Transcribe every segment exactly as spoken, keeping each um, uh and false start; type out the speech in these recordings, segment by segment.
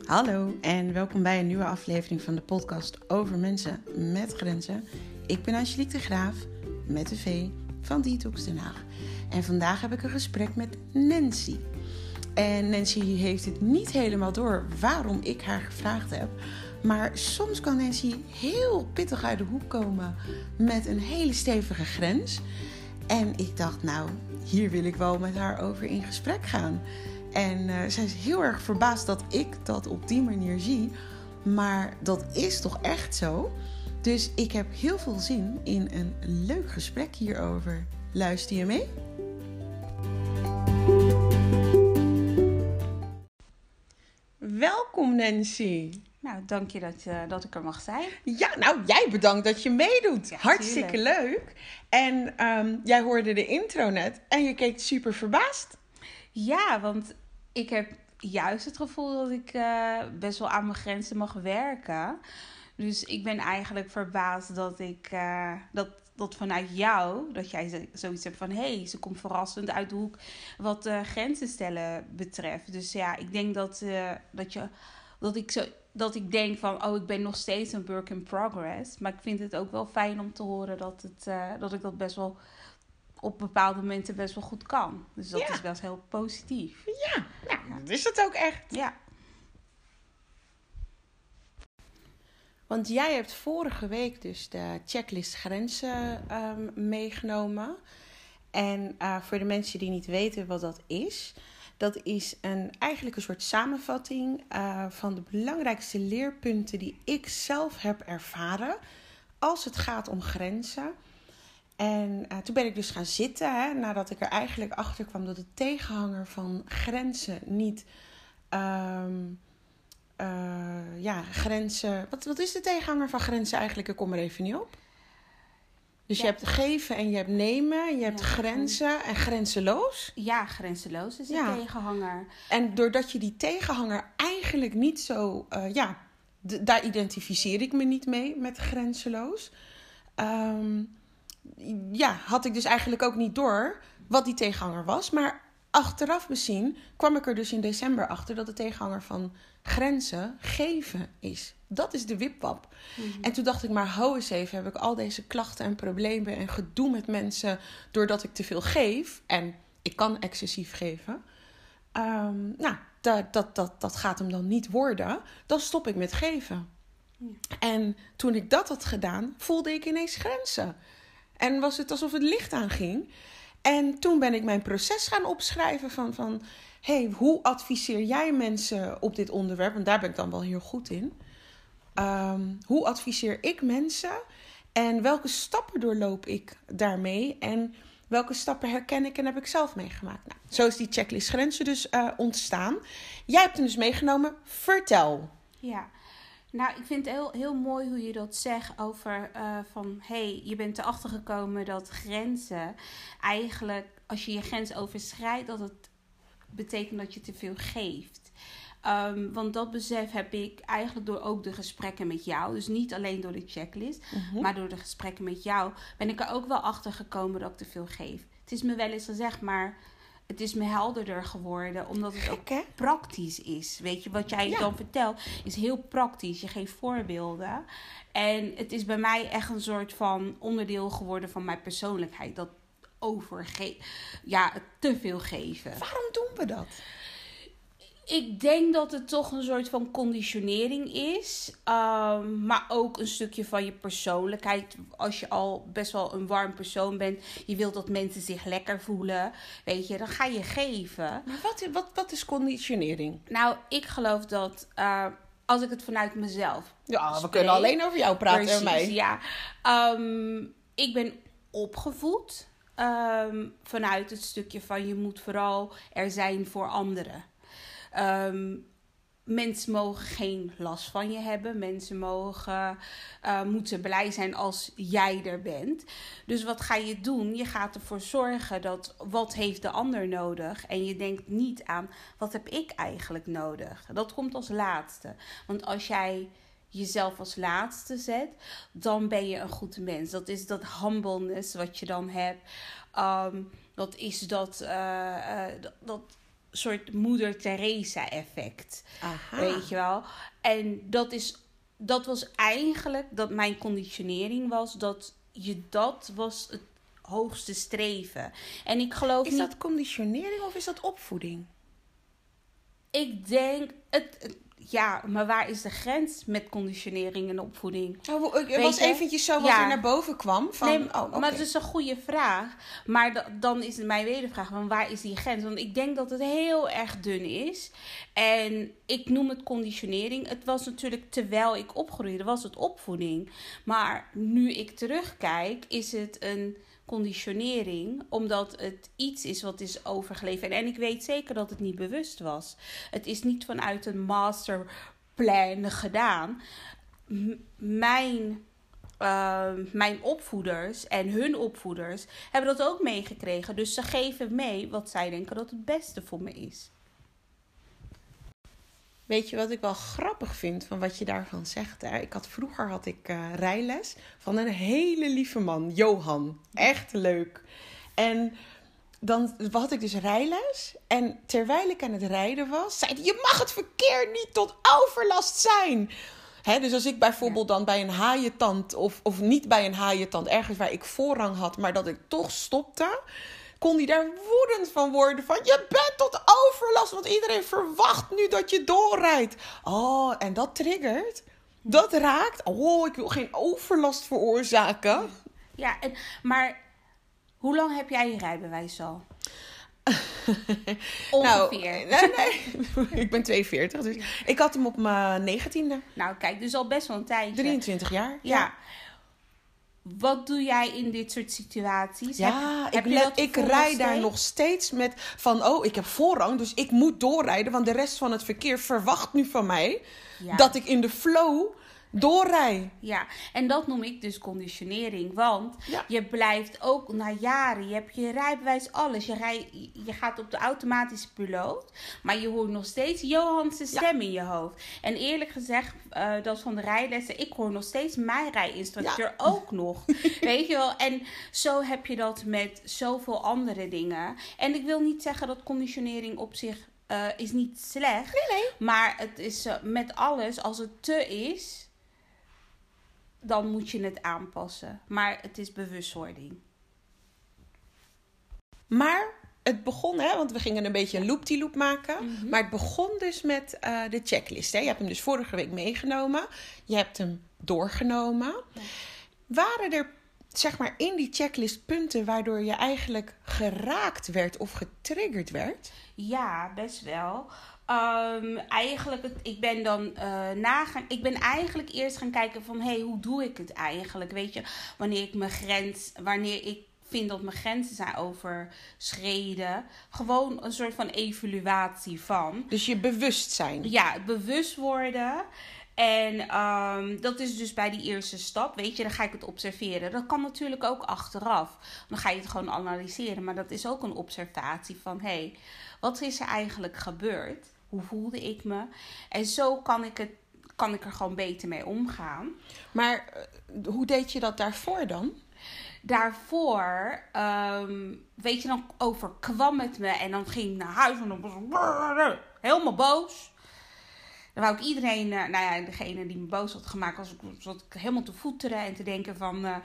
Hallo en welkom bij een nieuwe aflevering van de podcast over mensen met grenzen. Ik ben Angelique de Graaf met de V van Detox Den Haag. En vandaag heb ik een gesprek met Nancy. En Nancy heeft het niet helemaal door waarom ik haar gevraagd heb. Maar soms kan Nancy heel pittig uit de hoek komen met een hele stevige grens. En ik dacht, nou, hier wil ik wel met haar over in gesprek gaan. En uh, zij is heel erg verbaasd dat ik dat op die manier zie. Maar dat is toch echt zo? Dus ik heb heel veel zin in een leuk gesprek hierover. Luister je mee? Welkom Nancy. Nou, dank je dat, uh, dat ik er mag zijn. Ja, nou, jij bedankt dat je meedoet. Ja, hartstikke tuurlijk. leuk. En um, jij hoorde de intro net en je keek super verbaasd. Ja, want ik heb juist het gevoel dat ik uh, best wel aan mijn grenzen mag werken. Dus ik ben eigenlijk verbaasd dat ik uh, dat, dat vanuit jou, dat jij zoiets hebt van, hé, hey, ze komt verrassend uit de hoek wat uh, grenzen stellen betreft. Dus ja, ik denk dat, uh, dat, je, dat, ik zo, dat ik denk van, oh, ik ben nog steeds een work in progress. Maar ik vind het ook wel fijn om te horen dat, het, uh, dat ik dat best wel op bepaalde momenten best wel goed kan. Dus dat Ja. is best heel positief. Ja, nou, dat is het ook echt. Ja. Want jij hebt vorige week dus de checklist grenzen um, meegenomen. En uh, voor de mensen die niet weten wat dat is, dat is een, eigenlijk een soort samenvatting uh, van de belangrijkste leerpunten die ik zelf heb ervaren als het gaat om grenzen. En uh, toen ben ik dus gaan zitten, hè, nadat ik er eigenlijk achter kwam dat de tegenhanger van grenzen niet... Um, uh, ja, grenzen... Wat, wat is de tegenhanger van grenzen eigenlijk? Ik kom er even niet op. Dus ja. Je hebt geven en je hebt nemen. En je hebt ja, grenzen en grenzeloos. Ja, grenzeloos is de ja. tegenhanger. En doordat je die tegenhanger eigenlijk niet zo... Uh, ja, d- daar identificeer ik me niet mee met grenzeloos. Um, ja, had ik dus eigenlijk ook niet door wat die tegenhanger was. Maar achteraf bezien kwam ik er dus in december achter dat de tegenhanger van grenzen geven is. Dat is de wipwap. Mm-hmm. En toen dacht ik, maar hou eens even, heb ik al deze klachten en problemen en gedoe met mensen doordat ik te veel geef. En ik kan excessief geven. Um, nou, dat, dat, dat, dat gaat hem dan niet worden. Dan stop ik met geven. Mm. En toen ik dat had gedaan, voelde ik ineens grenzen. En was het alsof het licht aanging. En toen ben ik mijn proces gaan opschrijven van... van hey, hoe adviseer jij mensen op dit onderwerp? Want daar ben ik dan wel heel goed in. Um, hoe adviseer ik mensen? En welke stappen doorloop ik daarmee? En welke stappen herken ik en heb ik zelf meegemaakt? Nou, zo is die checklist grenzen dus uh, ontstaan. Jij hebt hem dus meegenomen. Vertel. Ja. Nou, ik vind het heel, heel mooi hoe je dat zegt over uh, van... hé, hey, je bent erachter gekomen dat grenzen eigenlijk... als je je grens overschrijdt, dat het betekent dat je te veel geeft. Um, want dat besef heb ik eigenlijk door ook de gesprekken met jou. Dus niet alleen door de checklist, uh-huh. maar door de gesprekken met jou... ben ik er ook wel achter gekomen dat ik te veel geef. Het is me wel eens gezegd, maar... het is me helderder geworden, omdat het ook Gek, praktisch is. Weet je, wat jij ja. dan vertelt, is heel praktisch. Je geeft voorbeelden. En het is bij mij echt een soort van onderdeel geworden van mijn persoonlijkheid. Dat overge... ja, te veel geven. Waarom doen we dat? Ik denk dat het toch een soort van conditionering is. Um, maar ook een stukje van je persoonlijkheid. Als je al best wel een warm persoon bent. Je wilt dat mensen zich lekker voelen. Weet je, dan ga je geven. Maar wat, wat, wat is conditionering? Nou, ik geloof dat... Uh, als ik het vanuit mezelf Ja, we spreek, kunnen alleen over jou praten precies, en mij. Ja. Um, ik ben opgevoed. Um, vanuit het stukje van je moet vooral er zijn voor anderen. Um, mensen mogen geen last van je hebben. Mensen mogen, uh, moeten blij zijn als jij er bent. Dus wat ga je doen? Je gaat ervoor zorgen dat wat heeft de ander nodig. En je denkt niet aan wat heb ik eigenlijk nodig. Dat komt als laatste. Want als jij jezelf als laatste zet, dan ben je een goed mens. Dat is dat humbleness wat je dan hebt. Um, dat is dat... Uh, uh, dat, dat soort moeder Teresa effect. Aha. Weet je wel? En dat is, dat was eigenlijk, dat mijn conditionering was, dat je, dat was het hoogste streven. En ik geloof Is niet... dat conditionering of is dat opvoeding? Ik denk, het, het- ja, maar waar is de grens met conditionering en opvoeding? Nou, het Weet was je? eventjes zo wat Ja. er naar boven kwam. Van, Nee, oh, oké. maar het is een goede vraag. Maar da- dan is het mijn wedervraag, van waar is die grens? Want ik denk dat het heel erg dun is. En ik noem het conditionering. Het was natuurlijk, terwijl ik opgroeide, was het opvoeding. Maar nu ik terugkijk, is het een conditionering, omdat het iets is wat is overgeleverd. En ik weet zeker dat het niet bewust was. Het is niet vanuit een masterplan gedaan. M- mijn, uh, mijn opvoeders en hun opvoeders hebben dat ook meegekregen. Dus ze geven mee wat zij denken dat het beste voor me is. Weet je wat ik wel grappig vind van wat je daarvan zegt? Hè? Ik had, vroeger had ik uh, rijles van een hele lieve man, Johan. Echt leuk. En dan had ik dus rijles. En terwijl ik aan het rijden was, zei hij, je mag het verkeer niet tot overlast zijn. Hè, dus als ik bijvoorbeeld dan bij een haaientand, of, of niet bij een haaientand, ergens waar ik voorrang had, maar dat ik toch stopte, kon hij daar woedend van worden. Van, je bent tot overlast, want iedereen verwacht nu dat je doorrijdt. Oh, en dat triggert. Dat raakt. Oh, ik wil geen overlast veroorzaken. Ja, en, maar hoe lang heb jij je rijbewijs al? Ongeveer. Nou, nee, nee. Ik ben tweeënveertig, dus ik had hem op mijn negentiende. Nou, kijk, dus al best wel een tijdje. drieëntwintig jaar. Ja. Ja. Wat doe jij in dit soort situaties? Ja, heb, ik, heb je let, dat ik gevoel rijd nog daar steeds? nog steeds met van, oh, ik heb voorrang, dus ik moet doorrijden, want de rest van het verkeer verwacht nu van mij Ja. dat ik in de flow doorrij. Ja, en dat noem ik dus conditionering. Want Ja. je blijft ook na jaren, je hebt je rijbewijs, alles. Je, rij, je gaat op de automatische piloot, maar je hoort nog steeds Johans stem in je hoofd. En eerlijk gezegd, uh, dat van de rijlessen, ik hoor nog steeds mijn rijinstructeur Ja. ook nog. Weet je wel? En zo heb je dat met zoveel andere dingen. En ik wil niet zeggen dat conditionering op zich uh, is niet slecht. Nee, nee. Maar het is uh, met alles, als het te is, dan moet je het aanpassen. Maar het is bewustwording. Maar het begon, hè, want we gingen een beetje een loop-die-loop maken. Mhm. Maar het begon dus met uh, de checklist. Hè. Je hebt hem dus vorige week meegenomen. Je hebt hem doorgenomen. Ja. Waren er, zeg maar, in die checklist punten waardoor je eigenlijk geraakt werd of getriggerd werd? Ja, best wel. Um, eigenlijk, het, ik ben dan uh, nagaan. Ik ben eigenlijk eerst gaan kijken van, hé, hey, hoe doe ik het eigenlijk? Weet je, wanneer ik mijn grens, wanneer ik vind dat mijn grenzen zijn overschreden. Gewoon een soort van evaluatie van. Dus je bewustzijn. Ja, het bewust worden. En um, dat is dus bij die eerste stap, weet je, dan ga ik het observeren. Dat kan natuurlijk ook achteraf. Dan ga je het gewoon analyseren. Maar dat is ook een observatie van, hé, hey, wat is er eigenlijk gebeurd? Hoe voelde ik me? En zo kan ik, het, kan ik er gewoon beter mee omgaan. Maar uh, hoe deed je dat daarvoor dan? Daarvoor, um, weet je, dan overkwam het me. En dan ging ik naar huis en dan was ik helemaal boos. Dan wou ik iedereen, uh, nou ja, degene die me boos had gemaakt, was ik, zat ik helemaal te voeteren en te denken van, uh,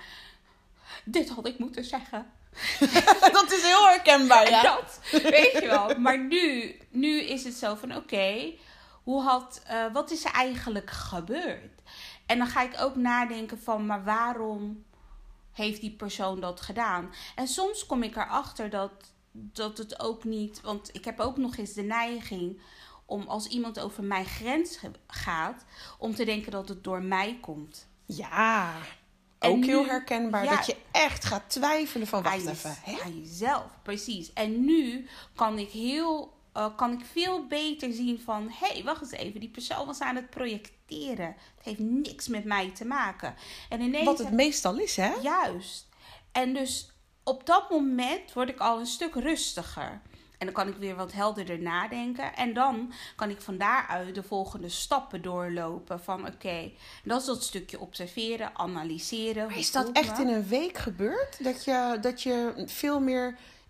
dit had ik moeten zeggen. Dat is heel herkenbaar, ja. Dat, weet je wel. Maar nu, nu is het zo van, oké, okay, hoe had, uh, wat is er eigenlijk gebeurd? En dan ga ik ook nadenken van, maar waarom heeft die persoon dat gedaan? En soms kom ik erachter dat, dat het ook niet, want ik heb ook nog eens de neiging om als iemand over mijn grens gaat, om te denken dat het door mij komt. Ja, ook nu, heel herkenbaar. Ja, dat je echt gaat twijfelen van, wacht aan even. Je, aan jezelf, precies. En nu kan ik, heel, uh, kan ik veel beter zien van, hé, hey, wacht eens even, die persoon was aan het projecteren. Het heeft niks met mij te maken. En ineens, wat het meestal is, hè? Juist. En dus op dat moment word ik al een stuk rustiger. En dan kan ik weer wat helderder nadenken. En dan kan ik van daaruit de volgende stappen doorlopen. Van oké, okay, dat is dat stukje observeren, analyseren. Maar is dat echt in een week gebeurd? Dat je, dat je veel meer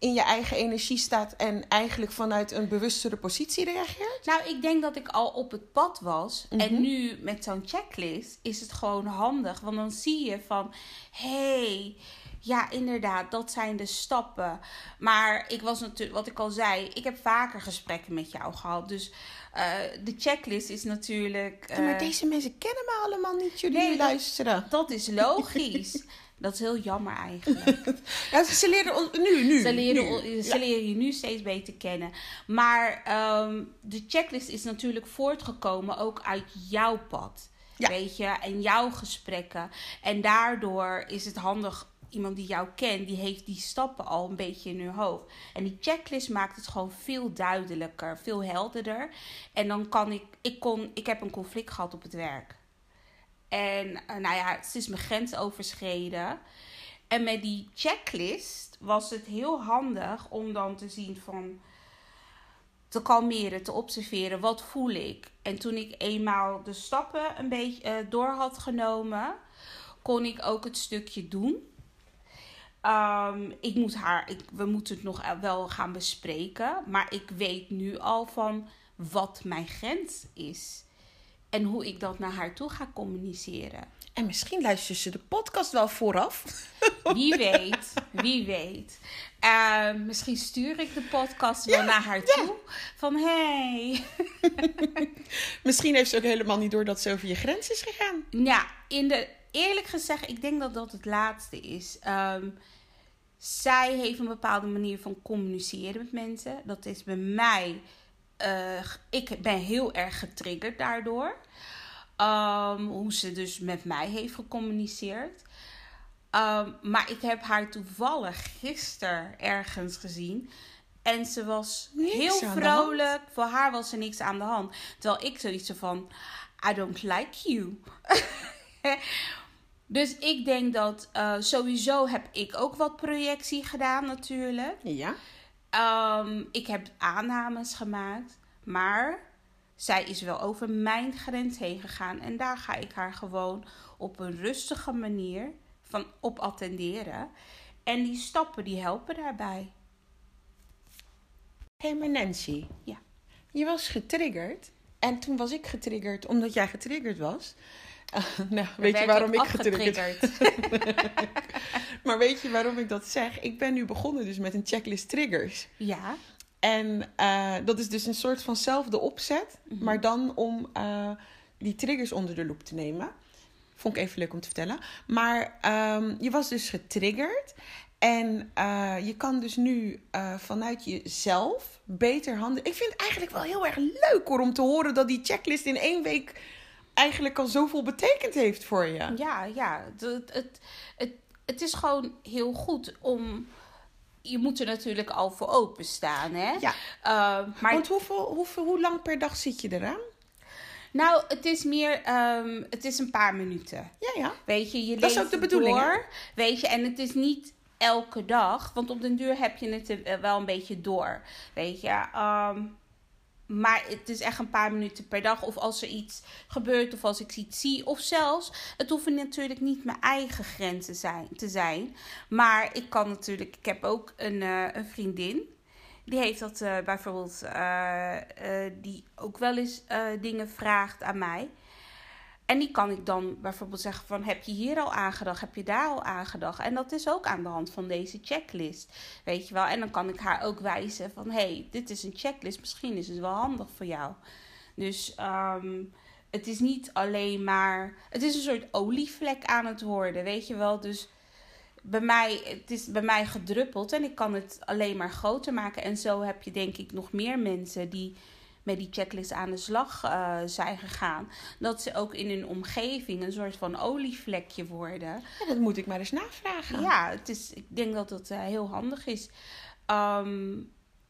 in je eigen energie staat en eigenlijk vanuit een bewustere positie reageert? Nou, ik denk dat ik al op het pad was. Mm-hmm. En nu met zo'n checklist is het gewoon handig. Want dan zie je van, hé, hey, ja inderdaad, dat zijn de stappen. Maar ik was natuurlijk, wat ik al zei, ik heb vaker gesprekken met jou gehad. Dus uh, de checklist is natuurlijk... Uh, ja, maar deze mensen kennen me allemaal niet, jullie nee, luisteren. Dat, dat is logisch. Dat is heel jammer eigenlijk. Ja, ze leren ons nu, nu. Ze leren, nu. Ze Ja. leren je nu steeds beter kennen. Maar um, de checklist is natuurlijk voortgekomen ook uit jouw pad. Ja. Weet je, en jouw gesprekken. En daardoor is het handig, iemand die jou kent, die heeft die stappen al een beetje in hun hoofd. En die checklist maakt het gewoon veel duidelijker, veel helderder. En dan kan ik, ik kon, ik heb een conflict gehad op het werk. En uh, nou ja, het is mijn grens overschreden. En met die checklist was het heel handig om dan te zien van... te kalmeren, te observeren, wat voel ik? En toen ik eenmaal de stappen een beetje uh, door had genomen... kon ik ook het stukje doen. Um, ik moet haar, ik, we moeten het nog wel gaan bespreken. Maar ik weet nu al van wat mijn grens is. En hoe ik dat naar haar toe ga communiceren. En misschien luisteren ze de podcast wel vooraf. Wie weet, wie weet. Uh, misschien stuur ik de podcast wel ja, naar haar toe. Ja. Van, hey. Misschien heeft ze ook helemaal niet door dat ze over je grens is gegaan. Ja, in de, eerlijk gezegd, ik denk dat dat het laatste is. Um, zij heeft een bepaalde manier van communiceren met mensen. Dat is bij mij... Uh, ik ben heel erg getriggerd daardoor. Um, hoe ze dus met mij heeft gecommuniceerd. Um, maar ik heb haar toevallig gisteren ergens gezien. En ze was niks heel vrolijk. Voor haar was er niks aan de hand. Terwijl ik zoiets van... I don't like you. Dus ik denk dat... Uh, sowieso heb ik ook wat projectie gedaan natuurlijk. Ja. Um, ik heb aannames gemaakt. Maar zij is wel over mijn grens heen gegaan. En daar ga ik haar gewoon op een rustige manier van op attenderen. En die stappen die helpen daarbij. Hé, hey, maar Nancy. Ja. Je was getriggerd. En toen was ik getriggerd omdat jij getriggerd was. Uh, nou, weet je waarom ik, ik getriggerd Maar weet je waarom ik dat zeg? Ik ben nu begonnen dus met een checklist triggers. Ja. En uh, dat is dus een soort vanzelfde opzet. Mm-hmm. Maar dan om uh, die triggers onder de loep te nemen. Vond ik even leuk om te vertellen. Maar um, je was dus getriggerd. En uh, je kan dus nu uh, vanuit jezelf beter handelen. Ik vind het eigenlijk wel heel erg leuk hoor, om te horen dat die checklist in één week eigenlijk al zoveel betekend heeft voor je. Ja, ja. Het, het, het, het is gewoon heel goed om... Je moet er natuurlijk al voor openstaan, hè? Ja. Uh, maar... Want hoeveel, hoeveel, hoe lang per dag zit je eraan? Nou, het is meer... Um, het is een paar minuten. Ja, ja. Weet je, je dat is ook de bedoeling, door, hè? Weet je, en het is niet elke dag. Want op den duur heb je het wel een beetje door. Weet je, um, maar het is echt een paar minuten per dag. Of als er iets gebeurt of als ik iets zie. Of zelfs, het hoeven natuurlijk niet mijn eigen grenzen zijn, te zijn. Maar ik kan natuurlijk... Ik heb ook een, uh, een vriendin. Die heeft dat uh, bijvoorbeeld... Uh, uh, die ook wel eens uh, dingen vraagt aan mij. En die kan ik dan bijvoorbeeld zeggen van... Heb je hier al aangedacht? Heb je daar al aangedacht? En dat is ook aan de hand van deze checklist. Weet je wel? En dan kan ik haar ook wijzen van... Hé, hey, dit is een checklist. Misschien is het wel handig voor jou. Dus um, het is niet alleen maar... Het is een soort olievlek aan het worden. Weet je wel? Dus bij mij... Het is bij mij gedruppeld. En ik kan het alleen maar groter maken. En zo heb je denk ik nog meer mensen die... met die checklist aan de slag uh, zijn gegaan. Dat ze ook in hun omgeving een soort van olievlekje worden. Ja, dat moet ik maar eens navragen. Ja, het is, ik denk dat het uh, heel handig is. Um,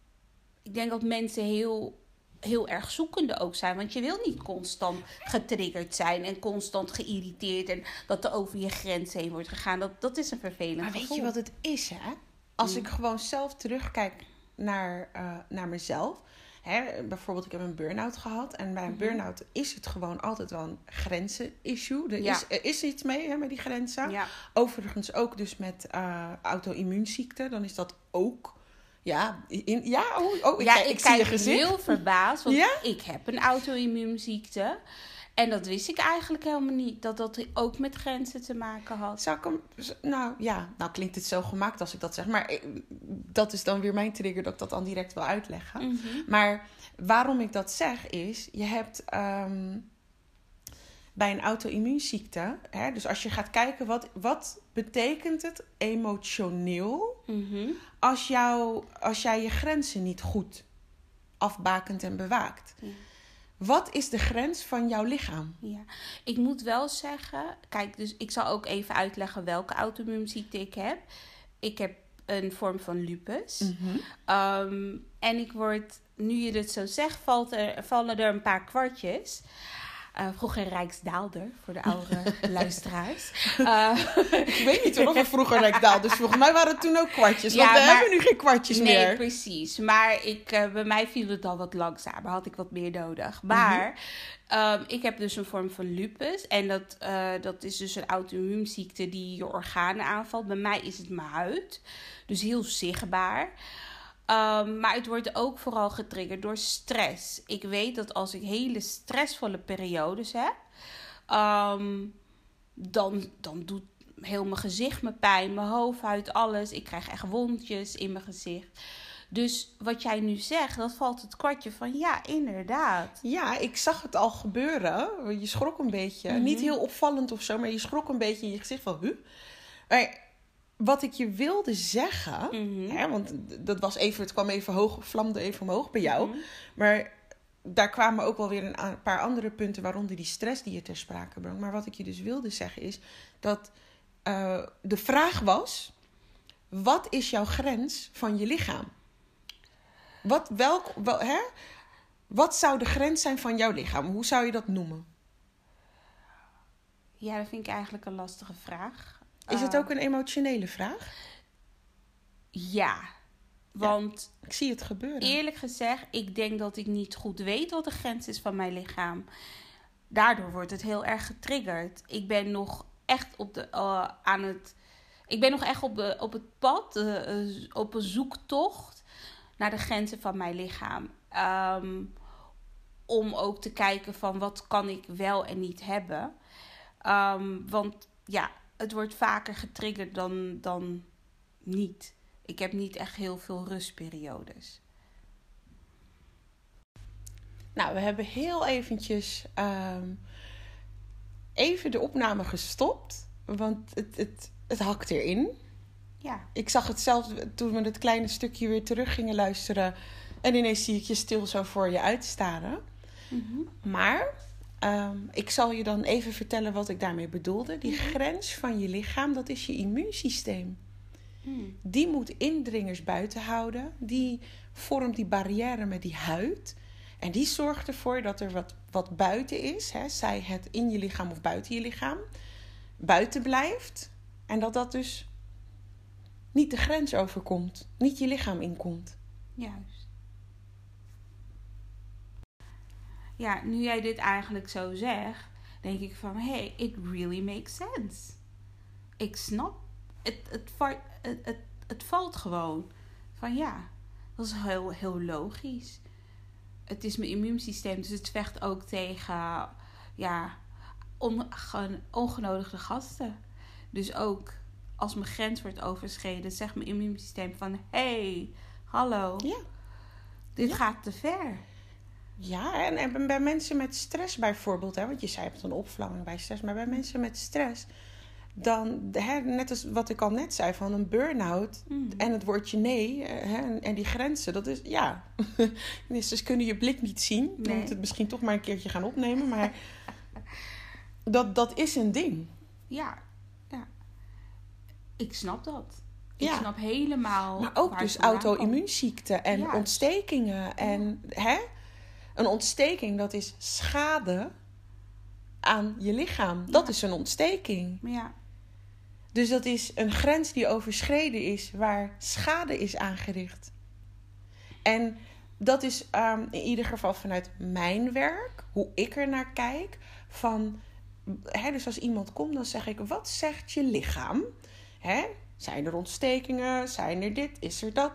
ik denk dat mensen heel, heel erg zoekende ook zijn. Want je wil niet constant getriggerd zijn en constant geïrriteerd. En dat er over je grens heen wordt gegaan. Dat, dat is een vervelend maar gevoel. Maar weet je wat het is, hè? Als mm. ik gewoon zelf terugkijk naar, uh, naar mezelf... Hè, bijvoorbeeld, ik heb een burn-out gehad. En bij een mm-hmm. burn-out is het gewoon altijd wel een grenzen-issue. Er, ja. is, er is iets mee hè, met die grenzen. Ja. Overigens ook dus met uh, auto-immuunziekte. Dan is dat ook Ja, in, ja, oh, oh ik, ja, kijk, ik, ik zie je kijk gezicht. heel verbaasd, want Ja? ik heb een auto-immuunziekte. En dat wist ik eigenlijk helemaal niet, dat dat ook met grenzen te maken had. Zou ik hem, nou ja, nou klinkt het zo gemaakt als ik dat zeg. Maar ik, dat is dan weer mijn trigger dat ik dat dan direct wil uitleggen. Mm-hmm. Maar waarom ik dat zeg is, je hebt um, bij een auto-immuunziekte, hè, dus als je gaat kijken wat, wat betekent het emotioneel Mm-hmm. als, jou, als jij je grenzen niet goed afbakent en bewaakt. Ja. Wat is de grens van jouw lichaam? Ja, ik moet wel zeggen, kijk, dus ik zal ook even uitleggen welke auto-immuunziekte ik heb. Ik heb een vorm van lupus. Mm-hmm. Um, en ik word, nu je het zo zegt, valt er, vallen er een paar kwartjes. Uh, vroeger Rijksdaalder, voor de oude luisteraars. Uh, ik weet niet of we vroeger Rijksdaalder, dus volgens mij waren het toen ook kwartjes. Ja, want we maar, hebben nu geen kwartjes nee, meer. Nee, precies. Maar ik, uh, bij mij viel het al wat langzamer. Had ik wat meer nodig. Maar mm-hmm. um, ik heb dus een vorm van lupus. En dat, uh, dat is dus een auto-immuunziekte die je organen aanvalt. Bij mij is het mijn huid. Dus heel zichtbaar. Um, maar het wordt ook vooral getriggerd door stress. Ik weet dat als ik hele stressvolle periodes heb, um, dan, dan doet heel mijn gezicht me pijn, mijn hoofdhuid, alles. Ik krijg echt wondjes in mijn gezicht. Dus wat jij nu zegt, dat valt het kwartje van ja, inderdaad. Ja, ik zag het al gebeuren. Je schrok een beetje. Mm-hmm. Niet heel opvallend of zo, maar je schrok een beetje in je gezicht van, huh? Maar wat ik je wilde zeggen, mm-hmm. hè, want dat was even, het kwam even hoog, vlamde even omhoog bij jou. Mm-hmm. Maar daar kwamen ook wel weer een, een paar andere punten, waaronder die stress die je ter sprake bracht. Maar wat ik je dus wilde zeggen is dat uh, de vraag was, wat is jouw grens van je lichaam? Wat, welk, wel, hè? Wat zou de grens zijn van jouw lichaam? Hoe zou je dat noemen? Ja, dat vind ik eigenlijk een lastige vraag. Is het ook een emotionele vraag? Ja, want ja, ik zie het gebeuren. Eerlijk gezegd, ik denk dat ik niet goed weet wat de grens is van mijn lichaam. Daardoor wordt het heel erg getriggerd. Ik ben nog echt op de, uh, aan het... Ik ben nog echt op, de, op het pad, uh, uh, op een zoektocht naar de grenzen van mijn lichaam. Um, om ook te kijken van wat kan ik wel en niet hebben. Um, want ja... Het wordt vaker getriggerd dan, dan niet. Ik heb niet echt heel veel rustperiodes. Nou, we hebben heel eventjes um, even de opname gestopt. Want het, het, het hakt erin. Ja. Ik zag het zelf toen we het kleine stukje weer terug gingen luisteren. En ineens zie ik je stil zo voor je uitstaren. Mm-hmm. Maar... Um, ik zal je dan even vertellen wat ik daarmee bedoelde. Die mm-hmm. grens van je lichaam, dat is je immuunsysteem. Mm. Die moet indringers buiten houden. Die vormt die barrière met die huid. En die zorgt ervoor dat er wat, wat buiten is. Hè, zij het in je lichaam of buiten je lichaam. Buiten blijft. En dat dat dus niet de grens overkomt. Niet je lichaam inkomt. Juist. Ja, nu jij dit eigenlijk zo zegt, denk ik van, hey, it really makes sense. Ik snap, het, het, het, het, het valt gewoon. Van ja, dat is heel, heel logisch. Het is mijn immuunsysteem, dus het vecht ook tegen, ja, onge, ongenodigde gasten. Dus ook als mijn grens wordt overschreden, zegt mijn immuunsysteem van, hey, hallo, ja. dit ja. gaat te ver. Ja, en, en bij mensen met stress bijvoorbeeld, hè, want je zei het een opvlamming bij stress, maar bij mensen met stress, dan, hè, net als wat ik al net zei, van een burn-out mm. en het woordje nee, hè, en, en die grenzen, dat is, ja, ze kunnen je blik niet zien. Nee. Je moet het misschien toch maar een keertje gaan opnemen, maar dat, dat is een ding. Ja, ja. Ik snap dat. Ik ja. snap helemaal. Maar ook dus auto-immuunziekte en ja. ontstekingen en, ja. hè, een ontsteking, dat is schade aan je lichaam. Dat ja. is een ontsteking. Ja. Dus dat is een grens die overschreden is, waar schade is aangericht. En dat is um, in ieder geval vanuit mijn werk, hoe ik er naar kijk, van, hè, dus als iemand komt, dan zeg ik, wat zegt je lichaam? Hè? Zijn er ontstekingen? Zijn er dit? Is er dat?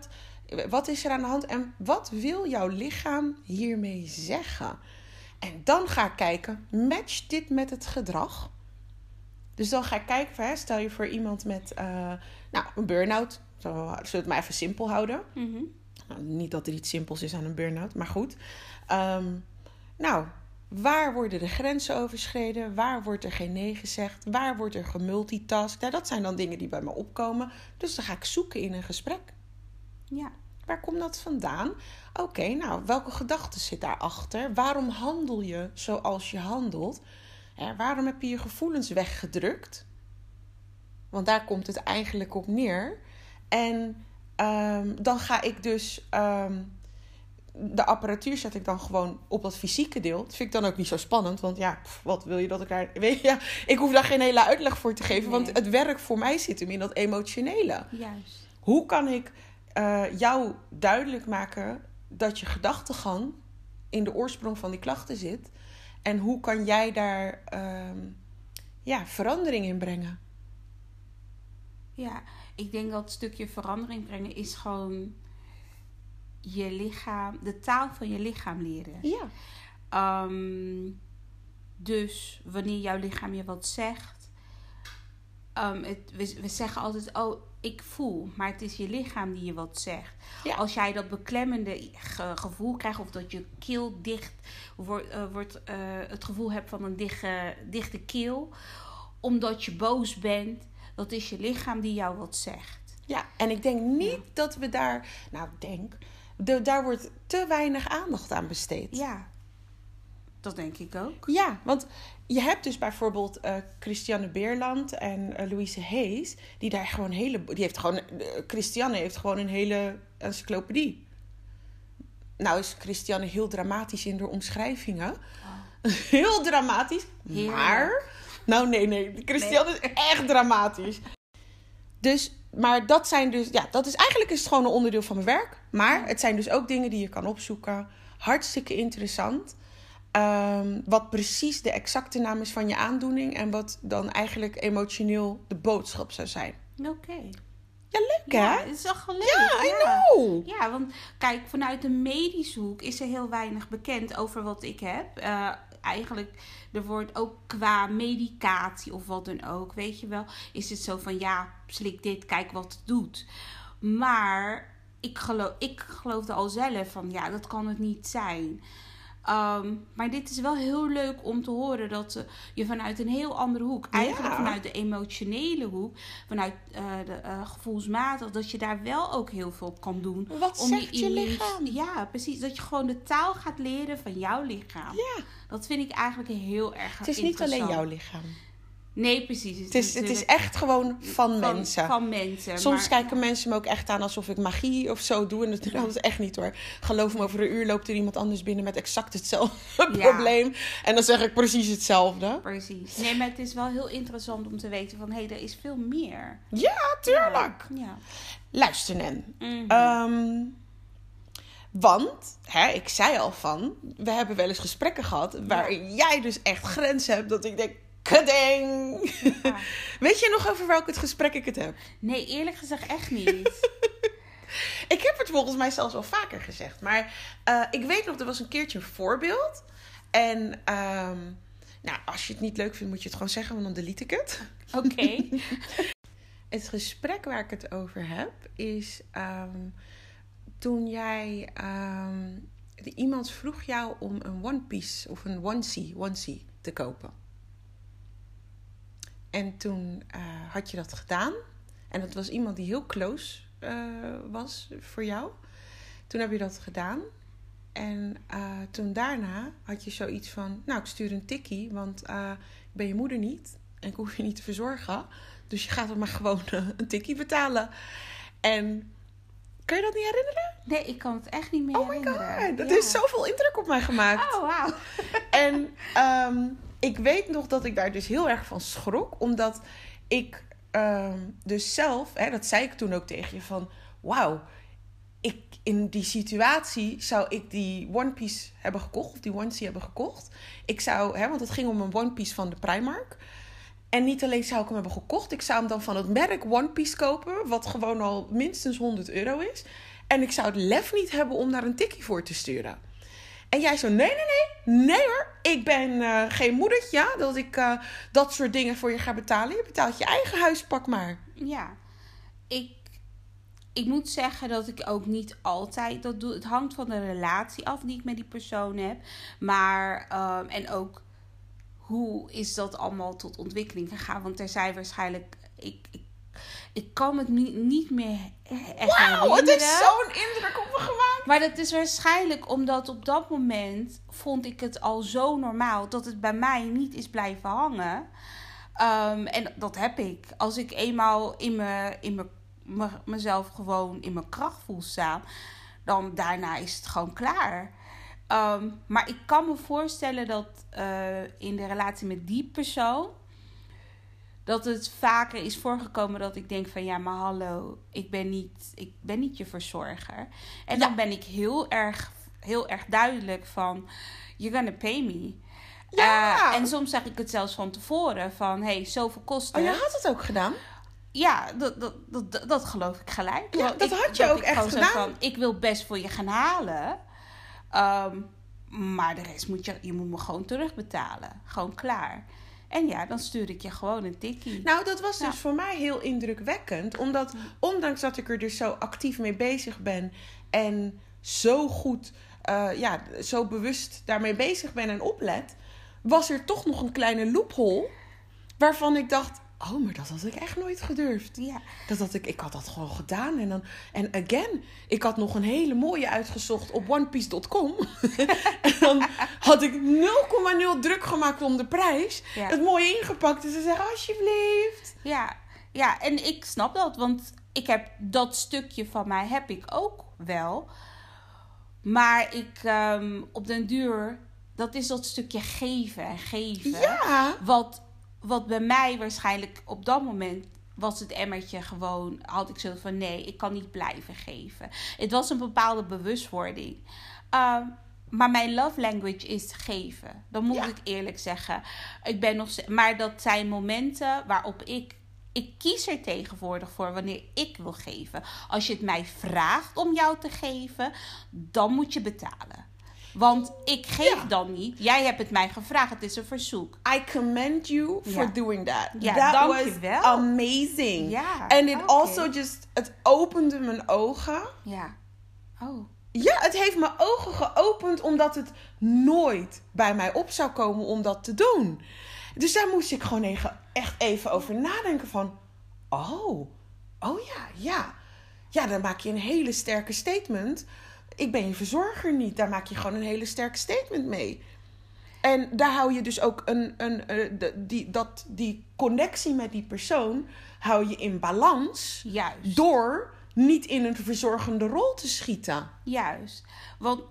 Wat is er aan de hand en wat wil jouw lichaam hiermee zeggen? En dan ga ik kijken, matcht dit met het gedrag? Dus dan ga ik kijken, hè, stel je voor iemand met uh, nou, een burn-out. Zullen we het maar even simpel houden. Mm-hmm. Nou, niet dat er iets simpels is aan een burn-out, maar goed. Um, nou, waar worden de grenzen overschreden? Waar wordt er geen nee gezegd? Waar wordt er gemultitaskt? Nou, dat zijn dan dingen die bij me opkomen. Dus dan ga ik zoeken in een gesprek. Ja. Waar komt dat vandaan? Oké, okay, nou, welke gedachten zit daarachter? Waarom handel je zoals je handelt? Ja, waarom heb je je gevoelens weggedrukt? Want daar komt het eigenlijk op neer. En um, dan ga ik dus... Um, de apparatuur zet ik dan gewoon op dat fysieke deel. Dat vind ik dan ook niet zo spannend. Want ja, pff, wat wil je dat ik daar... Weet je, ja, ik hoef daar geen hele uitleg voor te geven. Nee. Want het werk voor mij zit hem in dat emotionele. Juist. Hoe kan ik uh, jou duidelijk maken dat je gedachtegang in de oorsprong van die klachten zit? En hoe kan jij daar um, ja, verandering in brengen? Ja, ik denk dat het stukje verandering brengen is gewoon je lichaam, de taal van je lichaam leren. Ja. Um, dus wanneer jouw lichaam je wat zegt, um, het, we, we zeggen altijd, oh, ik voel, maar het is je lichaam die je wat zegt. Ja. Als jij dat beklemmende ge- gevoel krijgt of dat je keel dicht wordt, uh, wordt uh, het gevoel hebt van een dichte, dichte keel, omdat je boos bent, dat is je lichaam die jou wat zegt. Ja, en ik denk niet ja. dat we daar, nou denk, de, daar wordt te weinig aandacht aan besteed. Ja, dat denk ik ook. Ja, want je hebt dus bijvoorbeeld uh, Christiane Beerland en uh, Louise Hayes, die daar gewoon hele, die heeft gewoon, uh, Christiane heeft gewoon een hele encyclopedie. Nou is Christiane heel dramatisch in haar omschrijvingen. Oh. Heel dramatisch, Heerlijk. maar... Nou, nee, nee. Christiane nee. is echt dramatisch. Dus, maar dat zijn dus... Ja, dat is eigenlijk is het gewoon een onderdeel van mijn werk. Maar het zijn dus ook dingen die je kan opzoeken. Hartstikke interessant. Um, wat precies de exacte naam is van je aandoening. En wat dan eigenlijk emotioneel de boodschap zou zijn. Oké. Okay. Ja, leuk hè? Ja, het is toch leuk. Ja, I know. Ja, want kijk, vanuit de medische hoek is er heel weinig bekend over wat ik heb. Uh, eigenlijk, er wordt ook qua medicatie of wat dan ook, weet je wel, is het zo van ja, slik dit, kijk wat het doet. Maar ik geloof, ik geloofde al zelf van ja, dat kan het niet zijn. Um, maar dit is wel heel leuk om te horen dat uh, je vanuit een heel andere hoek, eigenlijk ja. vanuit de emotionele hoek, vanuit uh, de uh, gevoelsmatig, dat je daar wel ook heel veel kan doen. Wat om zegt je, je lichaam? Ja, precies. Dat je gewoon de taal gaat leren van jouw lichaam. Ja. Dat vind ik eigenlijk heel erg interessant. Het is niet alleen jouw lichaam. Nee, precies. Het, het, is, het is echt gewoon van, van mensen. Van mensen. Soms maar, kijken ja. mensen me ook echt aan alsof ik magie of zo doe. En dat, dat is echt niet hoor. Geloof me, over een uur loopt er iemand anders binnen met exact hetzelfde ja. probleem. En dan zeg ik precies hetzelfde. Precies. Nee, maar het is wel heel interessant om te weten van hé, hey, er is veel meer. Ja, tuurlijk. Ja. Ja. Luister, Nen. Mm-hmm. Um, want, hè, ik zei al van, we hebben wel eens gesprekken gehad waarin ja. jij dus echt grenzen hebt dat ik denk, kading! Ja. Weet je nog over welk het gesprek ik het heb? Nee, eerlijk gezegd echt niet. Ik heb het volgens mij zelfs al vaker gezegd. Maar uh, ik weet nog, er was een keertje een voorbeeld. En um, nou, als je het niet leuk vindt, moet je het gewoon zeggen, want dan delete ik het. Oké. Okay. Het gesprek waar ik het over heb, is um, toen jij... Um, iemand vroeg jou om een one piece of een onesie, onesie te kopen. En toen uh, had je dat gedaan. En dat was iemand die heel close uh, was voor jou. Toen heb je dat gedaan. En uh, toen daarna had je zoiets van... Nou, ik stuur een tikkie, want uh, ik ben je moeder niet. En ik hoef je niet te verzorgen. Dus je gaat er maar gewoon uh, een tikkie betalen. En kan je dat niet herinneren? Nee, ik kan het echt niet meer oh herinneren. Oh my god, dat ja. heeft zoveel indruk op mij gemaakt. Oh, wauw. En... Um, ik weet nog dat ik daar dus heel erg van schrok. Omdat ik um, dus zelf... Hè, dat zei ik toen ook tegen je van... Wauw, ik, in die situatie zou ik die One Piece hebben gekocht. Of die onesie hebben gekocht. Ik zou... Hè, want het ging om een One Piece van de Primark. En niet alleen zou ik hem hebben gekocht. Ik zou hem dan van het merk One Piece kopen. Wat gewoon al minstens honderd euro is. En ik zou het lef niet hebben om daar een tikkie voor te sturen. En jij zo, nee, nee, nee. Nee hoor, ik ben uh, geen moedertje, ja, dat ik uh, dat soort dingen voor je ga betalen. Je betaalt je eigen huispak maar. Ja, ik, ik moet zeggen dat ik ook niet altijd dat doe. Het hangt van de relatie af die ik met die persoon heb. Maar, um, en ook, hoe is dat allemaal tot ontwikkeling gegaan? Want er zijn waarschijnlijk, ik, ik, ik kan het niet, niet meer echt Wauw, het heeft zo'n indruk op me gemaakt. Maar dat is waarschijnlijk omdat op dat moment vond ik het al zo normaal dat het bij mij niet is blijven hangen. Um, en dat heb ik. Als ik eenmaal in me, in me, me, mezelf gewoon in mijn kracht voel staan, dan daarna is het gewoon klaar. Um, maar ik kan me voorstellen dat uh, in de relatie met die persoon, dat het vaker is voorgekomen dat ik denk van ja, maar hallo, ik ben niet, ik ben niet je verzorger. En dan ja. ben ik heel erg, heel erg duidelijk van, you're gonna pay me. Ja. Uh, en soms zeg ik het zelfs van tevoren van, hey, zoveel kost het. Oh, je had het ook gedaan? Ja, dat, dat, dat, dat geloof ik gelijk. Ja, Want dat ik, had je dat ook ik echt gedaan. Van, ik wil best voor je gaan halen. Um, maar de rest moet je, je moet me gewoon terugbetalen. Gewoon klaar. En ja, dan stuur ik je gewoon een tikkie. Nou, dat was dus ja. voor mij heel indrukwekkend. Omdat, ondanks dat ik er dus zo actief mee bezig ben en zo goed, uh, ja, zo bewust daarmee bezig ben en oplet, was er toch nog een kleine loophole waarvan ik dacht, oh, maar dat had ik echt nooit gedurfd. Ja. Dat had ik, ik had dat gewoon gedaan. En dan, en again, ik had nog een hele mooie uitgezocht op onepiece dot com. En dan had ik nul komma nul druk gemaakt om de prijs. Ja. Het mooi ingepakt. En ze zeggen, alsjeblieft. Ja. ja, en ik snap dat. Want ik heb dat stukje van mij heb ik ook wel. Maar ik um, op den duur, dat is dat stukje geven en geven. Ja. Wat... Wat bij mij waarschijnlijk op dat moment was het emmertje gewoon, had ik zo van nee, ik kan niet blijven geven. Het was een bepaalde bewustwording. Uh, maar mijn love language is geven. Dat moet ja. ik eerlijk zeggen. Ik ben nog, maar dat zijn momenten waarop ik, ik kies er tegenwoordig voor wanneer ik wil geven. Als je het mij vraagt om jou te geven, dan moet je betalen. Want ik geef ja. dan niet. Jij hebt het mij gevraagd. Het is een verzoek. I commend you for ja. doing that. Ja, that dank was je wel. amazing. Ja, and it okay. also just, het opende mijn ogen. Ja. Oh. Ja, het heeft mijn ogen geopend omdat het nooit bij mij op zou komen om dat te doen. Dus daar moest ik gewoon echt even over nadenken van, oh, oh ja, ja. Ja, dan maak je een hele sterke statement. Ik ben je verzorger niet. Daar maak je gewoon een hele sterke statement mee. En daar hou je dus ook een, een, uh, de, die, dat, die connectie met die persoon hou je in balans. Juist. Door niet in een verzorgende rol te schieten. Juist. Want,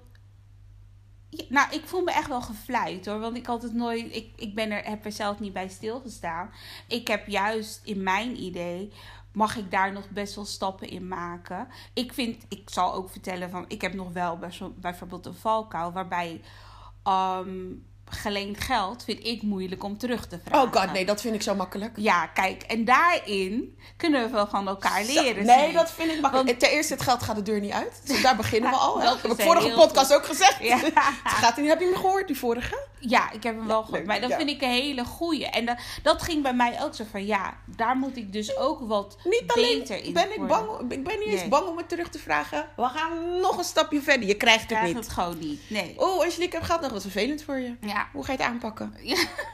nou, ik voel me echt wel gevleid hoor. Want ik had het nooit, ik, ik ben er, heb er zelf niet bij stilgestaan. Ik heb juist in mijn idee, mag ik daar nog best wel stappen in maken. Ik vind, ik zal ook vertellen van, ik heb nog wel bijvoorbeeld een valkuil waarbij um, geleend geld vind ik moeilijk om terug te vragen. Oh god, nee, dat vind ik zo makkelijk. Ja, kijk, en daarin kunnen we wel van elkaar leren. Zo, nee, zien. dat vind ik makkelijk. Want ten eerste, het geld gaat de deur niet uit. Dus daar beginnen we al. Dat heb ik vorige heel podcast goed. ook gezegd. Ja. Het gaat niet, heb je hem gehoord, die vorige? Ja, ik heb hem wel ja, gehoord. Maar dat ja. vind ik een hele goeie. En dat, dat ging bij mij ook zo van, ja, daar moet ik dus ook wat niet beter alleen in ben ik worden. bang, ik ben niet nee. eens bang om het terug te vragen. We gaan nog een stapje verder. Je krijgt het krijg niet. het gewoon niet. Nee. Oh, Angelique, ik heb gehad nog wat vervelend voor je. Ja. Hoe ga je het aanpakken? Ja.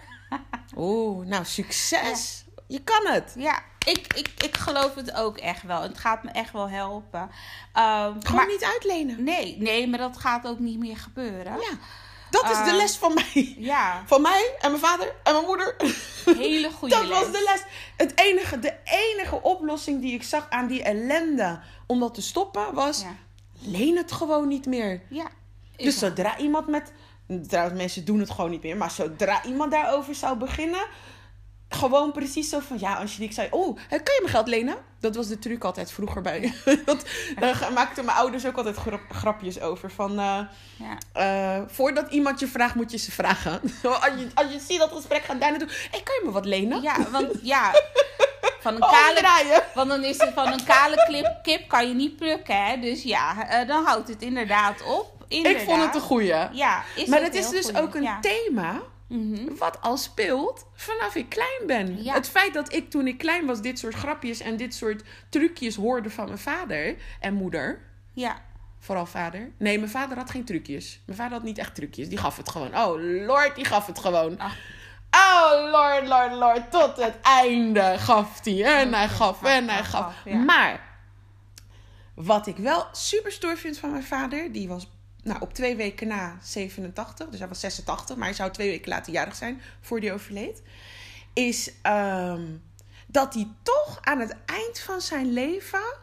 Oeh, nou, succes. Ja. Je kan het. Ja, ik, ik, ik geloof het ook echt wel. Het gaat me echt wel helpen. Um, Gewoon maar, niet uitlenen. Nee, nee, maar dat gaat ook niet meer gebeuren. Ja, dat is uh, de les van mij. Ja. Van mij en mijn vader en mijn moeder. Hele goede dat les. was de les. Het enige, de enige oplossing die ik zag aan die ellende om dat te stoppen was, ja. leen het gewoon niet meer. Ja. Dus zodra iemand met... Trouwens, mensen doen het gewoon niet meer. Maar zodra iemand daarover zou beginnen, gewoon precies zo van, ja, Angelique zei, oh, kan je me geld lenen? Dat was de truc altijd vroeger bij. dat, daar maakten mijn ouders ook altijd grap, grapjes over. Van, uh, ja. uh, voordat iemand je vraagt, moet je ze vragen. als, je, als je ziet dat gesprek gaat daar naartoe, hey, kan je me wat lenen? Ja, want ja, van een Oh, kale... omdraaien. Want dan is het van een kale klip, kip kan je niet plukken, hè. Dus ja, uh, dan houdt het inderdaad op. Inderdaad. Ik vond het een goeie. Ja, is maar ook het is heel dus goeie. ook een ja. thema Mm-hmm. wat al speelt vanaf ik klein ben. Ja. Het feit dat ik toen ik klein was dit soort grapjes en dit soort trucjes hoorde van mijn vader en moeder. Ja. Vooral vader. Nee, mijn vader had geen trucjes. Mijn vader had niet echt trucjes. Die gaf het gewoon. Oh, Lord, die gaf het gewoon. Ach. Oh, Lord, Lord, Lord. Tot het einde gaf hij. En hij gaf en hij gaf. Ja. Maar, wat ik wel super stoer vind van mijn vader. Die was nou, op twee weken na zevenentachtig. Dus hij was zesentachtig. Maar hij zou twee weken later jarig zijn. Voor hij overleed. Is um, dat hij toch aan het eind van zijn leven...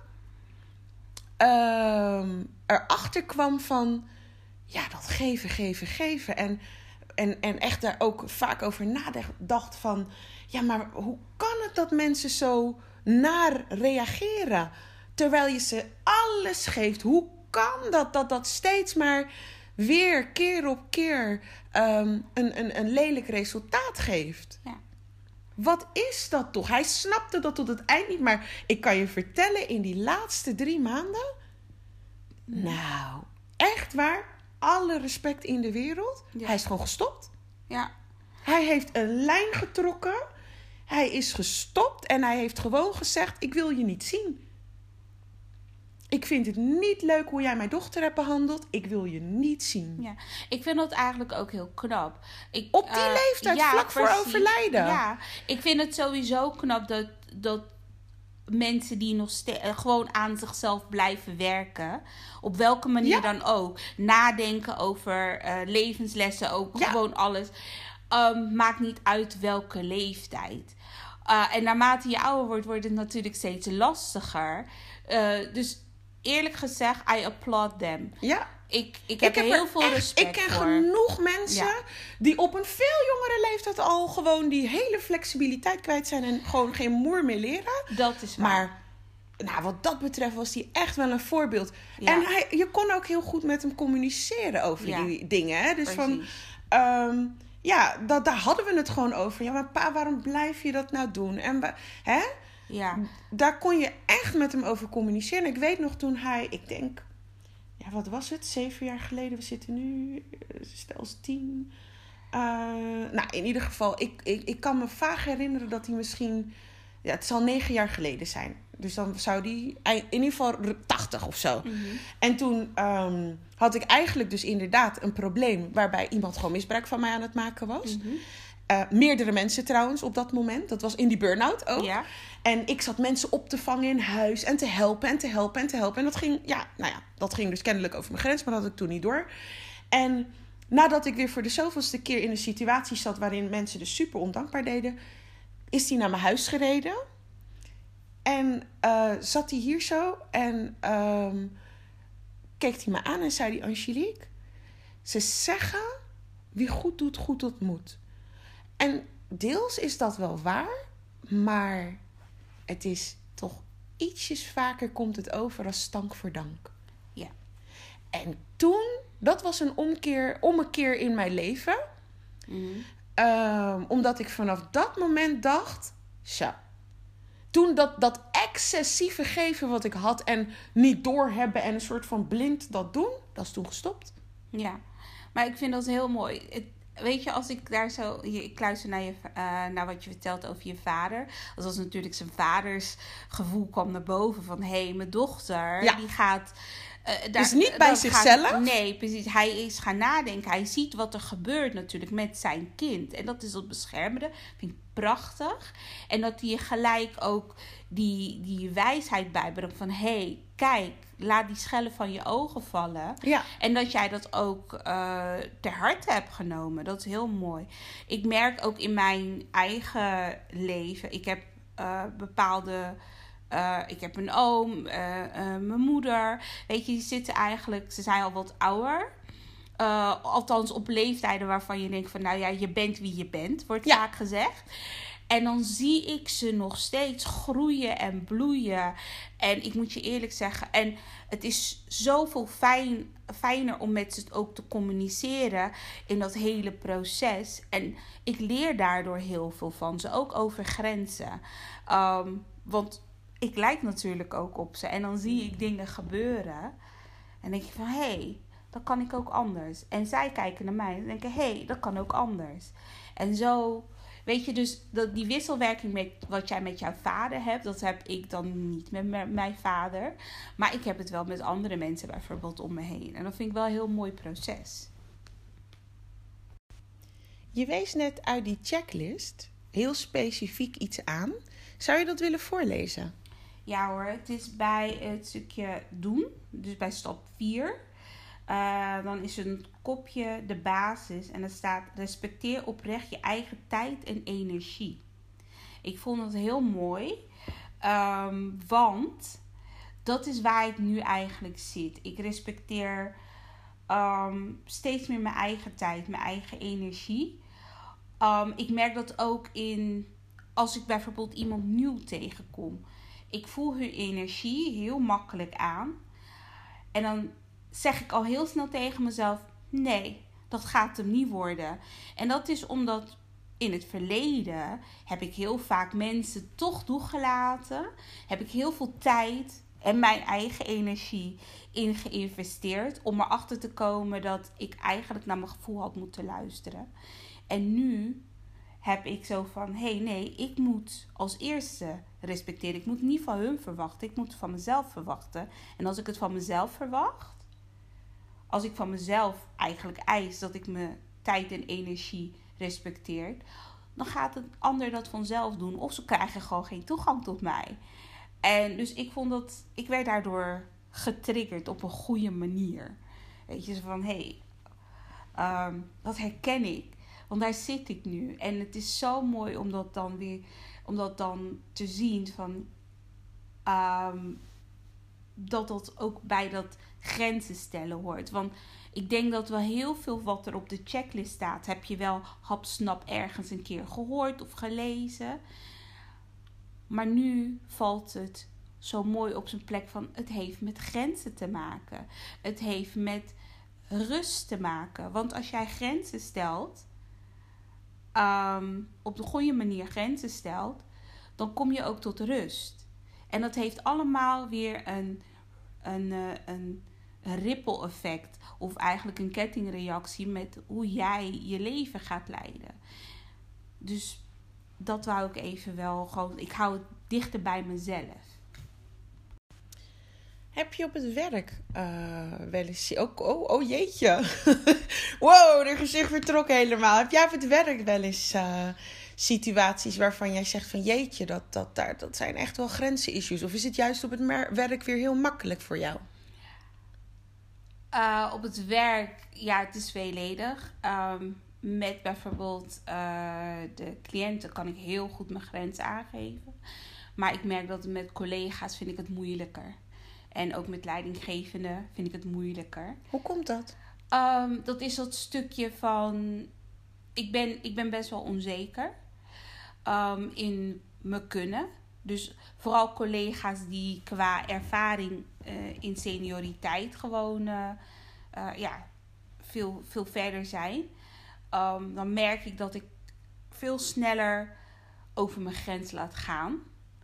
Um, erachter kwam van... Ja, dat geven, geven, geven. En, en, en echt daar ook vaak over nadacht van... Ja, maar hoe kan het dat mensen zo naar reageren? Terwijl je ze alles geeft. Hoe kan dat dat, dat steeds maar weer keer op keer um, een, een, een lelijk resultaat geeft? Ja. Wat is dat toch? Hij snapte dat tot het eind niet. Maar ik kan je vertellen, in die laatste drie maanden... Nou, echt waar. Alle respect in de wereld. Ja. Hij is gewoon gestopt. Ja. Hij heeft een lijn getrokken. Hij is gestopt. En hij heeft gewoon gezegd, ik wil je niet zien. Ik vind het niet leuk hoe jij mijn dochter hebt behandeld. Ik wil je niet zien. Ja, ik vind dat eigenlijk ook heel knap. Ik, Op die uh, leeftijd, ja, vlak precies. voor overlijden. Ja, ik vind het sowieso knap dat, dat mensen die nog ste- uh, gewoon aan zichzelf blijven werken. Op welke manier Ja. dan ook. Nadenken over uh, levenslessen, ook Ja. gewoon alles. Um, maakt niet uit welke leeftijd. Uh, en naarmate je ouder wordt, wordt het natuurlijk steeds lastiger. Uh, dus eerlijk gezegd, I applaud them. Ja. Ik, ik heb, Ik heb er heel er veel echt, respect ik ken voor. genoeg mensen Ja. die op een veel jongere leeftijd al gewoon die hele flexibiliteit kwijt zijn en gewoon geen moer meer leren. Dat is waar. Maar nou, wat dat betreft was hij echt wel een voorbeeld. Ja. En hij, je kon ook heel goed met hem communiceren over Ja. die dingen. Hè? Dus Precies. van, um, ja, dat, daar hadden we het gewoon over. Ja, maar pa, waarom blijf je dat nou doen? En we, hè? Ja. Daar kon je echt met hem over communiceren. Ik weet nog toen hij, ik denk, ja, wat was het? Zeven jaar geleden. We zitten nu, stel als tien. Uh, nou, in ieder geval, ik, ik, ik kan me vaag herinneren dat hij misschien, ja, het zal negen jaar geleden zijn. Dus dan zou die in ieder geval tachtig of zo. Mm-hmm. En toen um, had ik eigenlijk dus inderdaad een probleem waarbij iemand gewoon misbruik van mij aan het maken was. Mm-hmm. Uh, meerdere mensen trouwens op dat moment. Dat was in die burn-out ook. Ja. En ik zat mensen op te vangen in huis en te helpen en te helpen en te helpen. En dat ging, ja, nou ja, dat ging dus kennelijk over mijn grens, maar dat had ik toen niet door. En nadat ik weer voor de zoveelste keer in een situatie zat waarin mensen dus super ondankbaar deden, is hij naar mijn huis gereden. En uh, zat hij hier zo en um, keek hij me aan en zei hij, Angelique, ze zeggen, wie goed doet, goed doet moet. En deels is dat wel waar, maar het is toch ietsjes vaker komt het over als stank voor dank. Ja. En toen, dat was een omkeer, ommekeer in mijn leven. Mm-hmm. Um, omdat ik vanaf dat moment dacht, zo. Toen dat, dat excessieve geven wat ik had en niet doorhebben en een soort van blind dat doen, dat is toen gestopt. Ja, maar ik vind dat heel mooi. Het, weet je, als ik daar zo, ik luister naar, je, uh, naar wat je vertelt over je vader. Dat was natuurlijk zijn vaders gevoel kwam naar boven van, hé, hey, mijn dochter, Ja. die gaat. Uh, daar, dus niet bij zichzelf? Gaat, nee, precies. Hij is gaan nadenken. Hij ziet wat er gebeurt natuurlijk met zijn kind. En dat is dat beschermende. Vind ik prachtig. En dat hij gelijk ook die, die wijsheid bijbrengt van, hé, hey, kijk, laat die schellen van je ogen vallen. Ja. En dat jij dat ook uh, ter harte hebt genomen. Dat is heel mooi. Ik merk ook in mijn eigen leven. Ik heb uh, bepaalde. Uh, ik heb een oom, uh, uh, mijn moeder. Weet je, die zitten eigenlijk. Ze zijn al wat ouder. Uh, althans op leeftijden waarvan je denkt van, nou ja, je bent wie je bent, wordt ja. vaak gezegd. En dan zie ik ze nog steeds groeien en bloeien. En ik moet je eerlijk zeggen, en het is zoveel fijn, fijner om met ze ook te communiceren in dat hele proces. En ik leer daardoor heel veel van ze, ook over grenzen. Um, want ik lijk natuurlijk ook op ze. En dan zie ik dingen gebeuren. En denk je van, hé, hey, dat kan ik ook anders. En zij kijken naar mij en denken, hé, hey, dat kan ook anders. En zo, weet je, dus dat die wisselwerking met wat jij met jouw vader hebt, dat heb ik dan niet met m- mijn vader. Maar ik heb het wel met andere mensen bijvoorbeeld om me heen. En dat vind ik wel een heel mooi proces. Je wees net uit die checklist heel specifiek iets aan. Zou je dat willen voorlezen? Ja hoor, het is bij het stukje doen, dus bij stap vier. Uh, dan is een kopje de basis en er staat: respecteer oprecht je eigen tijd en energie. Ik vond het heel mooi, um, want dat is waar ik nu eigenlijk zit. Ik respecteer um, steeds meer mijn eigen tijd, mijn eigen energie. Um, ik merk dat ook in, als ik bijvoorbeeld iemand nieuw tegenkom. Ik voel hun energie heel makkelijk aan. En dan zeg ik al heel snel tegen mezelf: nee, dat gaat hem niet worden. En dat is omdat in het verleden heb ik heel vaak mensen toch toegelaten. Heb ik heel veel tijd en mijn eigen energie in geïnvesteerd. Om erachter te komen dat ik eigenlijk naar mijn gevoel had moeten luisteren. En nu heb ik zo van, hé, hey, nee, ik moet als eerste respecteren. Ik moet niet van hun verwachten, ik moet het van mezelf verwachten. En als ik het van mezelf verwacht, als ik van mezelf eigenlijk eis dat ik mijn tijd en energie respecteer, dan gaat het ander dat vanzelf doen. Of ze krijgen gewoon geen toegang tot mij. En dus ik vond dat, ik werd daardoor getriggerd op een goede manier. Weet je, zo van, hé, hey, um, dat herken ik. Want daar zit ik nu. En het is zo mooi om dat dan weer, om dat dan te zien van, um, dat dat ook bij dat grenzen stellen hoort. Want ik denk dat wel heel veel wat er op de checklist staat, heb je wel hapsnap ergens een keer gehoord of gelezen. Maar nu valt het zo mooi op zijn plek van, het heeft met grenzen te maken. Het heeft met rust te maken. Want als jij grenzen stelt, Um, op de goede manier grenzen stelt, dan kom je ook tot rust. En dat heeft allemaal weer een, een, een, een ripple effect. Of eigenlijk een kettingreactie met hoe jij je leven gaat leiden. Dus dat wou ik even wel gewoon, ik hou het dichter bij mezelf. Heb je op het werk uh, wel eens... Oh, oh, oh jeetje. Wow, de gezicht vertrok helemaal. Heb jij op het werk wel eens uh, situaties waarvan jij zegt van... Jeetje, dat, dat, daar, dat zijn echt wel grenzen-issues. Of is het juist op het mer- werk weer heel makkelijk voor jou? Uh, op het werk, ja, het is tweeledig. Um, met bijvoorbeeld uh, de cliënten kan ik heel goed mijn grenzen aangeven. Maar ik merk dat met collega's vind ik het moeilijker. En ook met leidinggevenden vind ik het moeilijker. Hoe komt dat? Um, dat is dat stukje van... Ik ben, ik ben best wel onzeker um, in me kunnen. Dus vooral collega's die qua ervaring uh, in senioriteit gewoon uh, uh, ja, veel, veel verder zijn. Um, dan merk ik dat ik veel sneller over mijn grens laat gaan.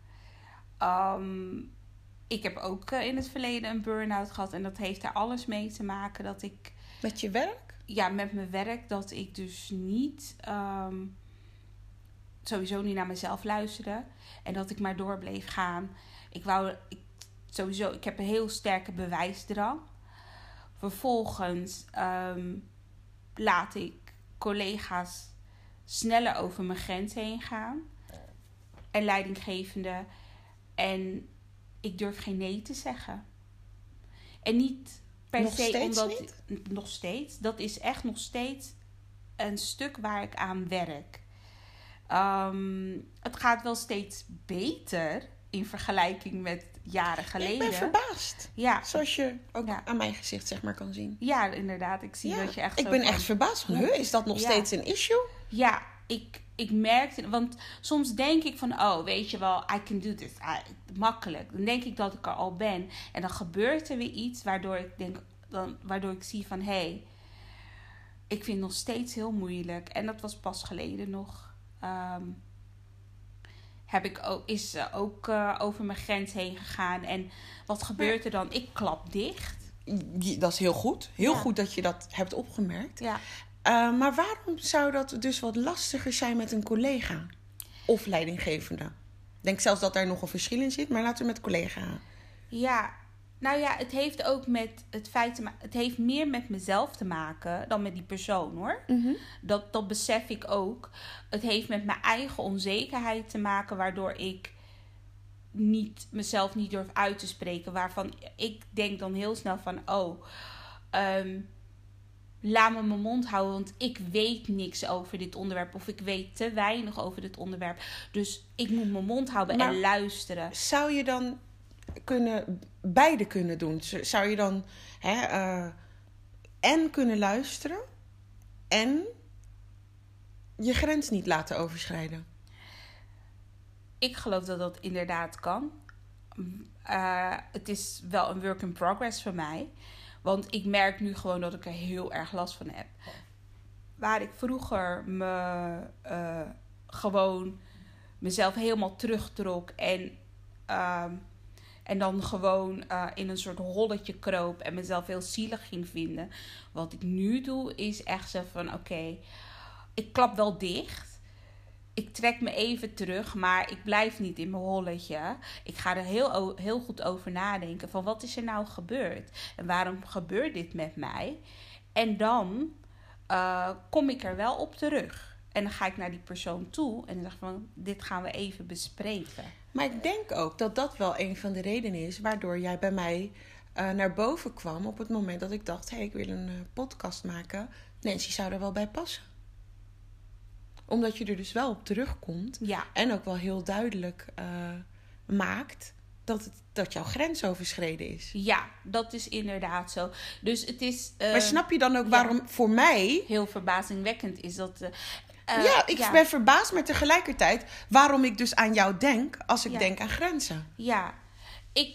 Um, Ik heb ook uh, in het verleden een burn-out gehad. En dat heeft daar alles mee te maken dat ik... Met je werk? Ja, met mijn werk. Dat ik dus niet... Um, sowieso niet naar mezelf luisterde. En dat ik maar door bleef gaan. Ik wou... Ik, sowieso, ik heb een heel sterke bewijsdrang. Vervolgens um, laat ik collega's sneller over mijn grens heen gaan. En leidinggevende. En... Ik durf geen nee te zeggen. En niet per nog se steeds omdat... Niet? Nog steeds. Dat is echt nog steeds een stuk waar ik aan werk. Um, het gaat wel steeds beter in vergelijking met jaren geleden. Ik ben verbaasd. Ja. Zoals je ook ja. aan mijn gezicht zeg maar kan zien. Ja, inderdaad. Ik zie ja. dat je echt Ik zo ben van, echt verbaasd van, huh, is dat nog ja. steeds een issue? Ja, ik... Ik merkte, want soms denk ik van, oh, weet je wel, I can do this. I, makkelijk. Dan denk ik dat ik er al ben. En dan gebeurt er weer iets waardoor ik denk, dan, waardoor ik zie van, hé, hey, ik vind het nog steeds heel moeilijk. En dat was pas geleden nog. Um, heb ik ook, is uh, ook uh, over mijn grens heen gegaan. En wat gebeurt er dan? Ik klap dicht. Dat is heel goed. Heel Ja. goed dat je dat hebt opgemerkt. Ja. Uh, maar waarom zou dat dus wat lastiger zijn met een collega of leidinggevende? Ik denk zelfs dat daar nog een verschil in zit, maar laten we met collega gaan. Ja, nou ja, het heeft ook met het feit te maken. Het heeft meer met mezelf te maken dan met die persoon, hoor. Mm-hmm. Dat, dat besef ik ook. Het heeft met mijn eigen onzekerheid te maken, waardoor ik niet, mezelf niet durf uit te spreken. Waarvan ik denk dan heel snel van, oh, um, laat me mijn mond houden, want ik weet niks over dit onderwerp. Of ik weet te weinig over dit onderwerp. Dus ik moet mijn mond houden maar en luisteren. Zou je dan kunnen beide kunnen doen? Zou je dan hè, uh, en kunnen luisteren en je grens niet laten overschrijden? Ik geloof dat dat inderdaad kan. Uh, het is wel een work in progress voor mij. Want ik merk nu gewoon dat ik er heel erg last van heb. Waar ik vroeger me uh, gewoon mezelf helemaal terugtrok en, uh, en dan gewoon uh, in een soort holletje kroop en mezelf heel zielig ging vinden. Wat ik nu doe is echt zo van oké, okay, ik klap wel dicht. Ik trek me even terug, maar ik blijf niet in mijn holletje. Ik ga er heel, heel goed over nadenken van wat is er nou gebeurd? En waarom gebeurt dit met mij? En dan uh, kom ik er wel op terug. En dan ga ik naar die persoon toe en dan zeg ik van dit gaan we even bespreken. Maar ik denk ook dat dat wel een van de redenen is waardoor jij bij mij uh, naar boven kwam op het moment dat ik dacht, hé, hey, ik wil een uh, podcast maken. Nancy zou er wel bij passen. Omdat je er dus wel op terugkomt. Ja. En ook wel heel duidelijk uh, maakt dat, het, dat jouw grens overschreden is. Ja, dat is inderdaad zo. Dus het is... Uh, maar snap je dan ook waarom ja, voor mij... heel verbazingwekkend is dat... Uh, uh, ja, ik ja. ben verbaasd, maar tegelijkertijd waarom ik dus aan jou denk als ik ja. denk aan grenzen. Ja, ik...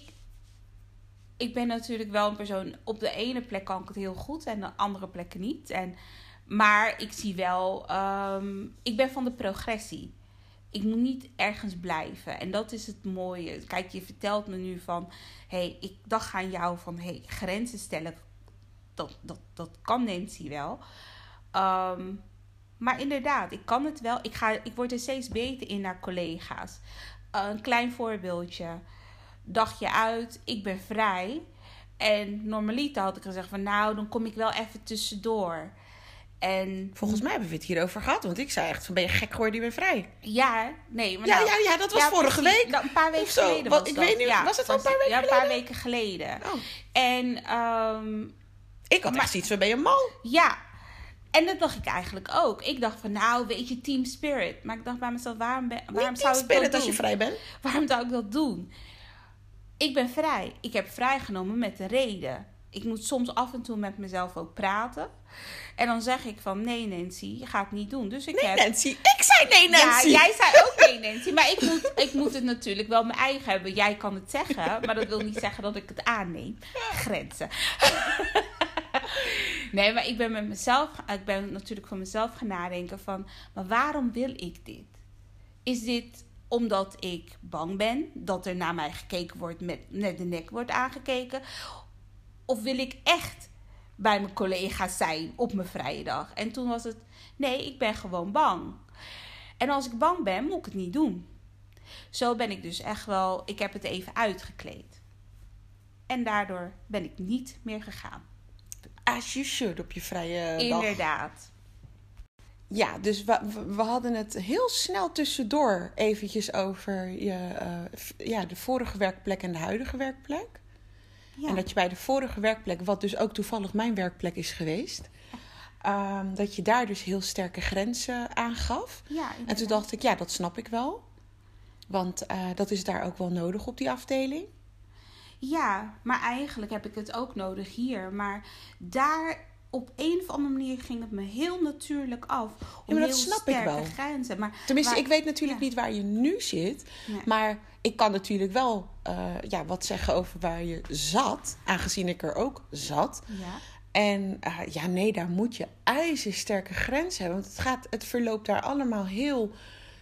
Ik ben natuurlijk wel een persoon... Op de ene plek kan ik het heel goed en de andere plekken niet. En... Maar ik zie wel, um, ik ben van de progressie. Ik moet niet ergens blijven. En dat is het mooie. Kijk, je vertelt me nu van, hé, hey, ik dacht aan jou van, hé, hey, grenzen stellen, dat, dat, dat kan Nancy wel. Um, maar inderdaad, ik kan het wel. Ik, ga, ik word er steeds beter in naar collega's. Uh, een klein voorbeeldje. Dagje uit, ik ben vrij. En normaliter had ik gezegd van, nou, dan kom ik wel even tussendoor. En volgens mij hebben we het hierover gehad. Want ik zei echt van, ben je gek geworden, je bent vrij. Ja, nee. Maar ja, nou, ja, ja, dat was ja, vorige precies, week. Nou, een paar weken of zo. geleden Wat, was ik dat. weet niet, ja, was het al een paar weken ja, geleden? Ja, een paar weken geleden. Oh. En um, ik had maar, echt iets van, ben je mal? Ja. En dat dacht ik eigenlijk ook. Ik dacht van, nou, weet je, team spirit. Maar ik dacht bij mezelf, waarom, ben, waarom zou ik dat doen? Als je vrij bent. Waarom zou ik dat doen? Ik ben vrij. Ik heb vrijgenomen met een reden. Ik moet soms af en toe met mezelf ook praten. En dan zeg ik van, nee Nancy, je gaat het niet doen. Dus ik nee heb... Nancy, ik zei nee Nancy. Ja, jij zei ook nee Nancy. Maar ik moet, ik moet het natuurlijk wel mijn eigen hebben. Jij kan het zeggen, maar dat wil niet zeggen dat ik het aanneem. Grenzen. Nee, maar ik ben met mezelf, ik ben natuurlijk van mezelf gaan nadenken van, maar waarom wil ik dit? Is dit omdat ik bang ben dat er naar mij gekeken wordt, met, met de nek wordt aangekeken? Of wil ik echt bij mijn collega's zijn op mijn vrije dag? En toen was het, nee, ik ben gewoon bang. En als ik bang ben, moet ik het niet doen. Zo ben ik dus echt wel, ik heb het even uitgekleed. En daardoor ben ik niet meer gegaan. As you should op je vrije dag. Inderdaad. Ja, dus we, we hadden het heel snel tussendoor eventjes over je, uh, ja, de vorige werkplek en de huidige werkplek. Ja. En dat je bij de vorige werkplek, wat dus ook toevallig mijn werkplek is geweest, um, dat je daar dus heel sterke grenzen aangaf. Ja, en toen dacht ik, ja, dat snap ik wel. Want uh, dat is daar ook wel nodig op die afdeling. Ja, maar eigenlijk heb ik het ook nodig hier. Maar daar op een of andere manier ging het me heel natuurlijk af. Om ja, maar dat heel snap ik wel. Grenzen. Maar Tenminste, waar, ik weet natuurlijk ja. niet waar je nu zit. Nee. Maar ik kan natuurlijk wel uh, ja, wat zeggen over waar je zat. Aangezien ik er ook zat. Ja. En uh, ja, nee, daar moet je ijzersterke grenzen hebben. Want het, gaat, het verloopt daar allemaal heel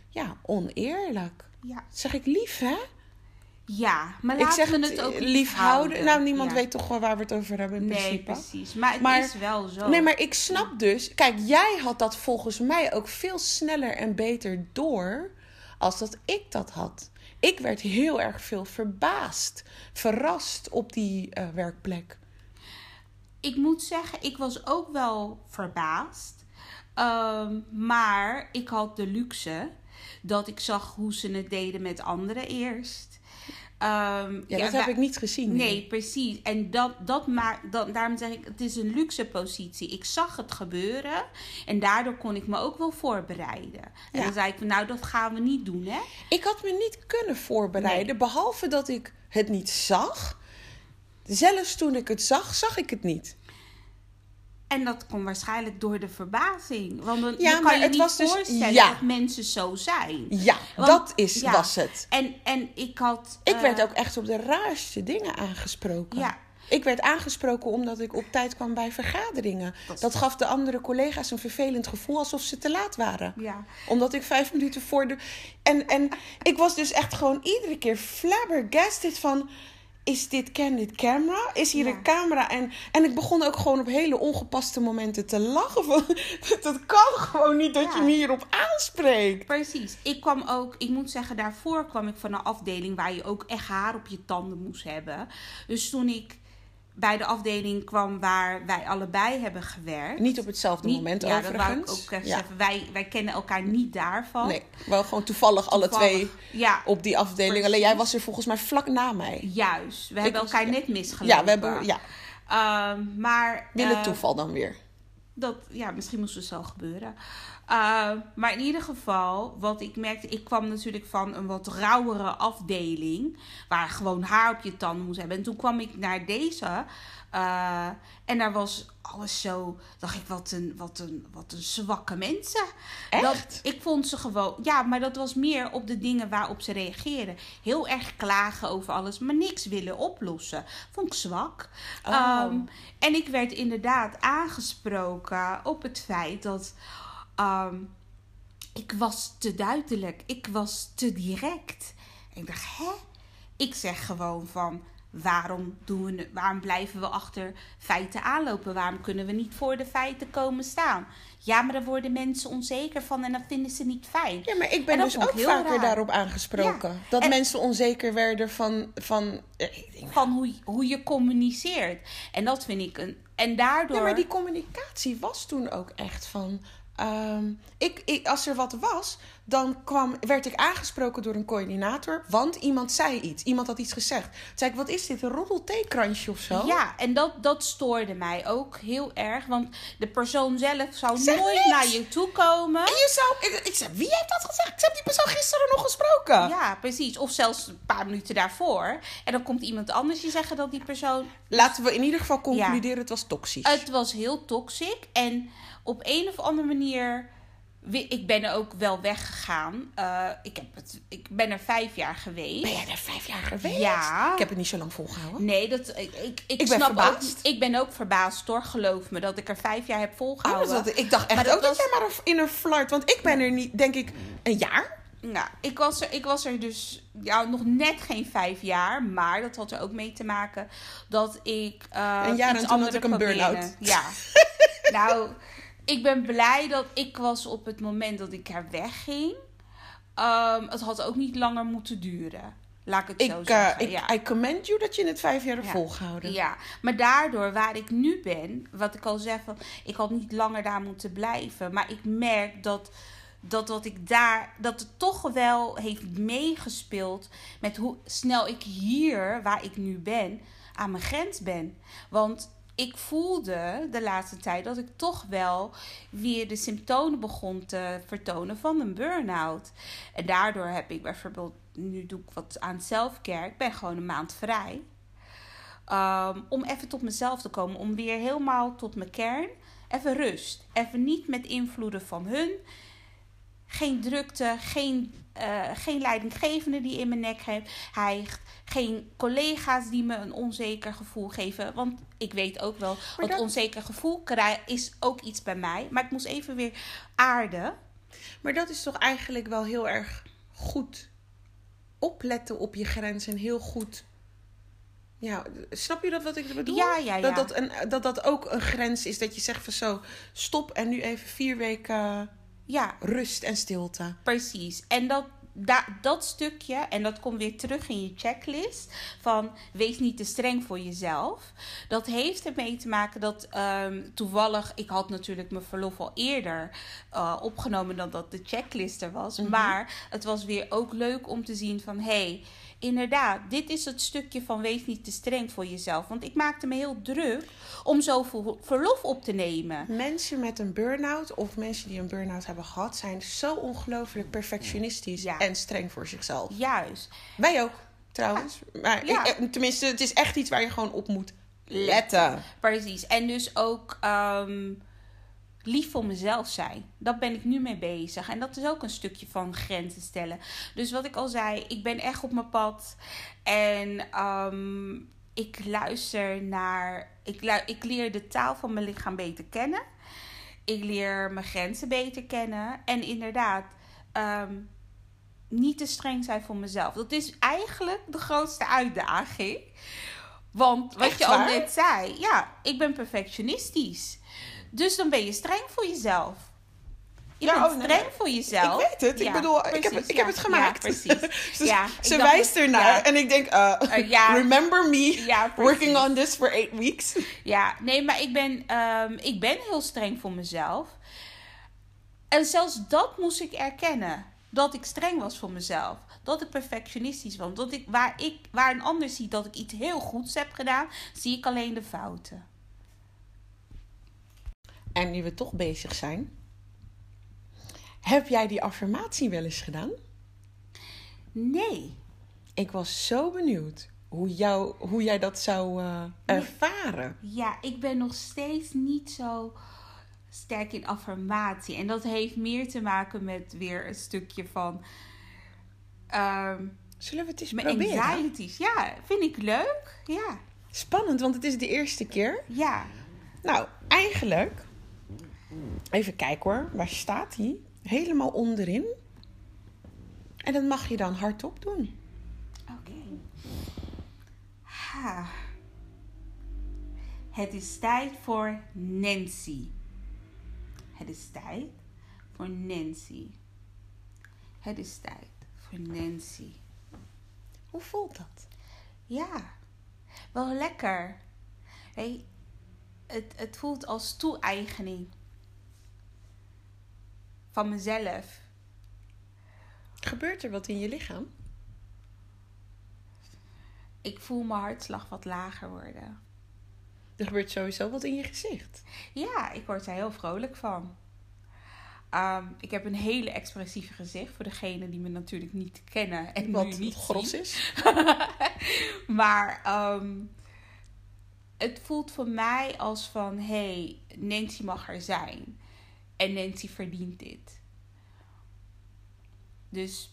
ja, oneerlijk. Ja. Zeg ik lief, hè? Ja, maar Ik laten zeg we het, het ook eh, lief lief houden. houden. Nou, niemand Ja. weet toch wel waar we het over hebben in Nee, principe. precies. Maar het Maar- is wel zo. Nee, maar ik snap dus... Kijk, jij had dat volgens mij ook veel sneller en beter door... als dat ik dat had. Ik werd heel erg veel verbaasd. Verrast op die uh, werkplek. Ik moet zeggen, ik was ook wel verbaasd. Um, maar ik had de luxe dat ik zag hoe ze het deden met anderen eerst. Um, Ja, ja, dat heb wij- ik niet gezien. Nee, precies. En dat, dat maakt, dat, daarom zeg ik, het is een luxe positie. Ik zag het gebeuren en daardoor kon ik me ook wel voorbereiden. En Ja. dan zei ik van, nou, dat gaan we niet doen, hè? Ik had me niet kunnen voorbereiden, Nee. behalve dat ik het niet zag. Zelfs toen ik het zag, zag ik het niet. En dat komt waarschijnlijk door de verbazing. Want dan, Ja, je maar kan je het niet was dus- voorstellen ja. dat mensen zo zijn. Ja, Want- dat is, ja. was het. En, en ik had... Ik eh, werd ook echt op de raarste dingen aangesproken. Ja. Ik werd aangesproken omdat ik op tijd kwam bij vergaderingen. Dat- Dat gaf de andere collega's een vervelend gevoel alsof ze te laat waren. Ja. Omdat ik vijf minuten voor de... En, en ik was dus echt gewoon iedere keer flabbergasted van... Is dit candid camera? Is hier Ja. een camera? En, en ik begon ook gewoon op hele ongepaste momenten te lachen. Van, dat kan gewoon niet dat Ja. je me hierop aanspreekt. Precies. Ik kwam ook, ik moet zeggen, daarvoor kwam ik van een afdeling waar je ook echt haar op je tanden moest hebben. Dus toen ik bij de afdeling kwam waar wij allebei hebben gewerkt. Niet op hetzelfde niet- moment ja, overigens. dat wou ik ook even Ja. zeggen. Wij, wij kennen elkaar niet daarvan. Nee, wel gewoon toevallig alle Toevallig. twee Ja, op die afdeling. Precies. Alleen jij was er volgens mij vlak na mij. juist. We hebben was- elkaar ja. net misgelopen. Ja, we hebben... Ja, Ehm, maar... willen eh, toeval dan weer. Dat, ja, misschien moest het zo gebeuren. Uh, maar in ieder geval, wat ik merkte... Ik kwam natuurlijk van een wat rauwere afdeling... waar gewoon haar op je tanden moest hebben. En toen kwam ik naar deze... Uh, en daar was alles zo... dacht ik, wat een, wat een, wat een zwakke mensen. Echt? Dat, ik vond ze gewoon... Ja, maar dat was meer op de dingen waarop ze reageerden. Heel erg klagen over alles, maar niks willen oplossen. Vond ik zwak. Oh. Um, en ik werd inderdaad aangesproken op het feit dat... Um, ik was te duidelijk. Ik was te direct. En ik dacht, hè? Ik zeg gewoon van... Waarom, doen we, waarom blijven we achter feiten aanlopen? Waarom kunnen we niet voor de feiten komen staan? Ja, maar daar worden mensen onzeker van en dat vinden ze niet fijn. Ja, maar ik ben En dat dus vond ik ook heel vaker raar. daarop aangesproken. Ja. Dat En- mensen onzeker werden van... van eh, ik denk, Van hoe, hoe je communiceert. En dat vind ik een... En daardoor... nee, maar die communicatie was toen ook echt van... Um, ik, ik, als er wat was, dan kwam, werd ik aangesproken door een coördinator. Want iemand zei iets. Iemand had iets gezegd. Toen zei ik, wat is dit? Een roddeltheekransje of zo? Ja, en dat, dat stoorde mij ook heel erg. Want de persoon zelf zou Zeg nooit niks. naar je toe komen. En je zou... Ik, ik zei, wie heeft dat gezegd? Ik heb die persoon gisteren nog gesproken. Ja, precies. Of zelfs een paar minuten daarvoor. En dan komt iemand anders je zeggen dat die persoon... Laten we in ieder geval concluderen, het was toxisch. Het was heel toxic. En op een of andere manier... Ik ben er ook wel weggegaan. Uh, ik, heb het, ik ben er vijf jaar geweest. Ben jij er vijf jaar geweest? Ja. Ik heb het niet zo lang volgehouden. Nee, dat, ik, ik, ik, ben snap verbaasd. Ook, ik ben ook verbaasd hoor, geloof me, dat ik er vijf jaar heb Oh, volgehouden. dat, ik dacht echt Maar dat ook dat was- jij maar in een flirt... Want ik ben er niet, denk ik, een jaar... Nou, ik was er, ik was er dus ja, nog net geen vijf jaar. Maar dat had er ook mee te maken dat ik uh, Een jaar iets en toen had andere ik een problemen- burn-out. Ja. Nou, ik ben blij dat ik was op het moment dat ik er wegging. Um, het had ook niet langer moeten duren. Laat ik het zo Ik, uh, zeggen. ik, ja. I commend you dat je het vijf jaar hebt Ja. volgehouden. Ja, maar daardoor waar ik nu ben, wat ik al zeg, van, ik had niet langer daar moeten blijven. Maar ik merk dat, dat wat ik daar, dat het toch wel heeft meegespeeld met hoe snel ik hier, waar ik nu ben, aan mijn grens ben. Want ik voelde de laatste tijd dat ik toch wel weer de symptomen begon te vertonen van een burn-out. En daardoor heb ik bijvoorbeeld, nu doe ik wat aan self-care. Ik ben gewoon een maand vrij. Um, om even tot mezelf te komen. Om weer helemaal tot mijn kern. Even rust. Even niet met invloeden van hun. Geen drukte. Geen, uh, geen leidinggevende die in mijn nek heeft. hijgt. Geen collega's die me een onzeker gevoel geven. Want ik weet ook wel. Maar wat dat... onzeker gevoel krijg, is ook iets bij mij. Maar ik moest even weer aarden. Maar dat is toch eigenlijk wel heel erg goed opletten op je grens en heel goed... Ja, snap je dat wat ik bedoel? Ja, ja, ja. Dat dat, een, dat dat ook een grens is dat je zegt van zo, stop en nu even vier weken Ja, rust en stilte. precies. En dat, da, dat stukje, en dat komt weer terug in je checklist, van wees niet te streng voor jezelf. Dat heeft ermee te maken dat um, toevallig, ik had natuurlijk mijn verlof al eerder uh, opgenomen dan dat de checklist er was. Mhm. Maar het was weer ook leuk om te zien van, hé, hey, inderdaad, dit is het stukje van wees niet te streng voor jezelf. Want ik maakte me heel druk om zoveel verlof op te nemen. Mensen met een burn-out of mensen die een burn-out hebben gehad, zijn zo ongelooflijk perfectionistisch Ja. en streng voor zichzelf. Juist. Wij ook, trouwens. Maar Ja. ik, tenminste, het is echt iets waar je gewoon op moet letten. Precies. En dus ook um, lief voor mezelf zijn. Daar ben ik nu mee bezig. En dat is ook een stukje van grenzen stellen. Dus wat ik al zei, ik ben echt op mijn pad. En um, ik luister naar... Ik, lu- ik leer de taal van mijn lichaam beter kennen. Ik leer mijn grenzen beter kennen. En inderdaad... Um, niet te streng zijn voor mezelf. Dat is eigenlijk de grootste uitdaging. Want wat Echt je al waar? net zei. Ja, ik ben perfectionistisch. Dus dan ben je streng voor jezelf. Je Ja, bent oh, nee, streng nee. voor jezelf. Ik weet het. Ik Ja, bedoel, ik heb, precies, het- ik ja. heb het gemaakt. Ja, precies. Dus Ja, ik ze dacht wijst dat- ernaar. ja. En ik denk, uh, Uh, ja. remember me Ja, precies. working on this for eight weeks. Ja, nee, maar ik ben, um, ik ben heel streng voor mezelf. En zelfs dat moest ik erkennen. Dat ik streng was voor mezelf. Dat ik perfectionistisch was. Dat ik, waar, ik, waar een ander ziet dat ik iets heel goeds heb gedaan, zie ik alleen de fouten. En nu we toch bezig zijn. Heb jij die affirmatie wel eens gedaan? Nee. Ik was zo benieuwd hoe, jou, hoe jij dat zou uh, ervaren. Ja, ik ben nog steeds niet zo sterk in affirmatie. En dat heeft meer te maken met weer een stukje van... Um, Zullen we het eens mijn proberen? anxieties. Ja, vind ik leuk. Ja. Spannend, want het is de eerste keer. Ja. Nou, eigenlijk... Even kijken hoor, waar staat hij? Helemaal onderin. En dat mag je dan hardop doen. Oké. Okay. Ha. Het is tijd voor Nancy. Het is tijd voor Nancy. Het is tijd voor Nancy. Hoe voelt dat? Ja, wel lekker. Hey, het, het voelt als toe-eigening van mezelf. Gebeurt er wat in je lichaam? Ik voel mijn hartslag wat lager worden. Er gebeurt sowieso wat in je gezicht. Ja, ik word er heel vrolijk van. Um, ik heb een hele expressieve gezicht. Voor degenen die me natuurlijk niet kennen. En wat nu niet gros zien. is. Maar um, het voelt voor mij als van... Hé, hey, Nancy mag er zijn. En Nancy verdient dit. Dus...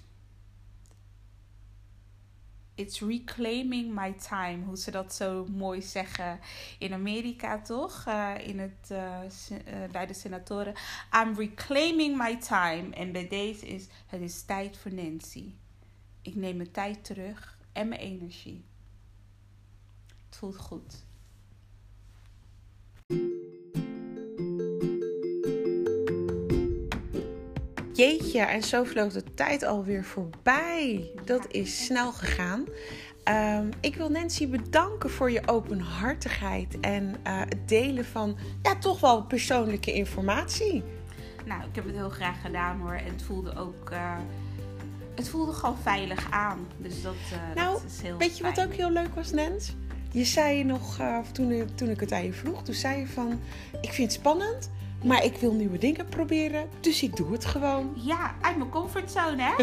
It's reclaiming my time. Hoe ze dat zo mooi zeggen in Amerika, toch? Uh, in het, uh, se- uh, bij de senatoren. I'm reclaiming my time. En bij deze is... Het is tijd voor Nancy. Ik neem mijn tijd terug. En mijn energie. Het voelt goed. Jeetje, en zo vloog de tijd alweer voorbij. Dat is snel gegaan. Um, ik wil Nancy bedanken voor je openhartigheid en uh, het delen van ja, toch wel persoonlijke informatie. Nou, ik heb het heel graag gedaan hoor. En het voelde ook... Uh, het voelde gewoon veilig aan. Dus dat, uh, nou, dat is heel weet je fijn. wat ook heel leuk was, Nens? Je zei nog, uh, toen, toen ik het aan je vroeg, toen zei je van... Ik vind het spannend, maar ik wil nieuwe dingen proberen, dus ik doe het gewoon. Ja, uit mijn comfortzone, hè?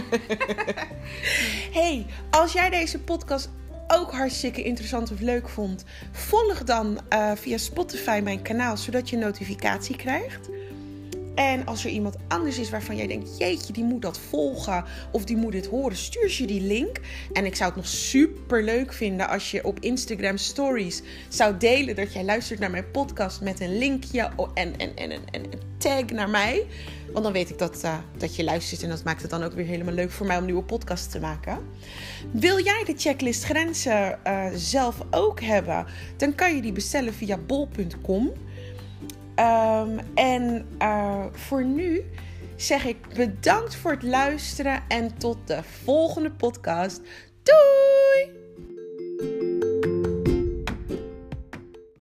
Hey, als jij deze podcast ook hartstikke interessant of leuk vond, volg dan uh, via Spotify mijn kanaal, zodat je een notificatie krijgt. En als er iemand anders is waarvan jij denkt, jeetje, die moet dat volgen of die moet dit horen, stuur je die link. En ik zou het nog super leuk vinden als je op Instagram Stories zou delen dat jij luistert naar mijn podcast met een linkje en, en, en, en, en tag naar mij. Want dan weet ik dat, uh, dat je luistert. En dat maakt het dan ook weer helemaal leuk voor mij om nieuwe podcasts te maken. Wil jij de checklist grenzen uh, zelf ook hebben? Dan kan je die bestellen via bol punt com. Um, en uh, voor nu zeg ik bedankt voor het luisteren. En tot de volgende podcast. Doei!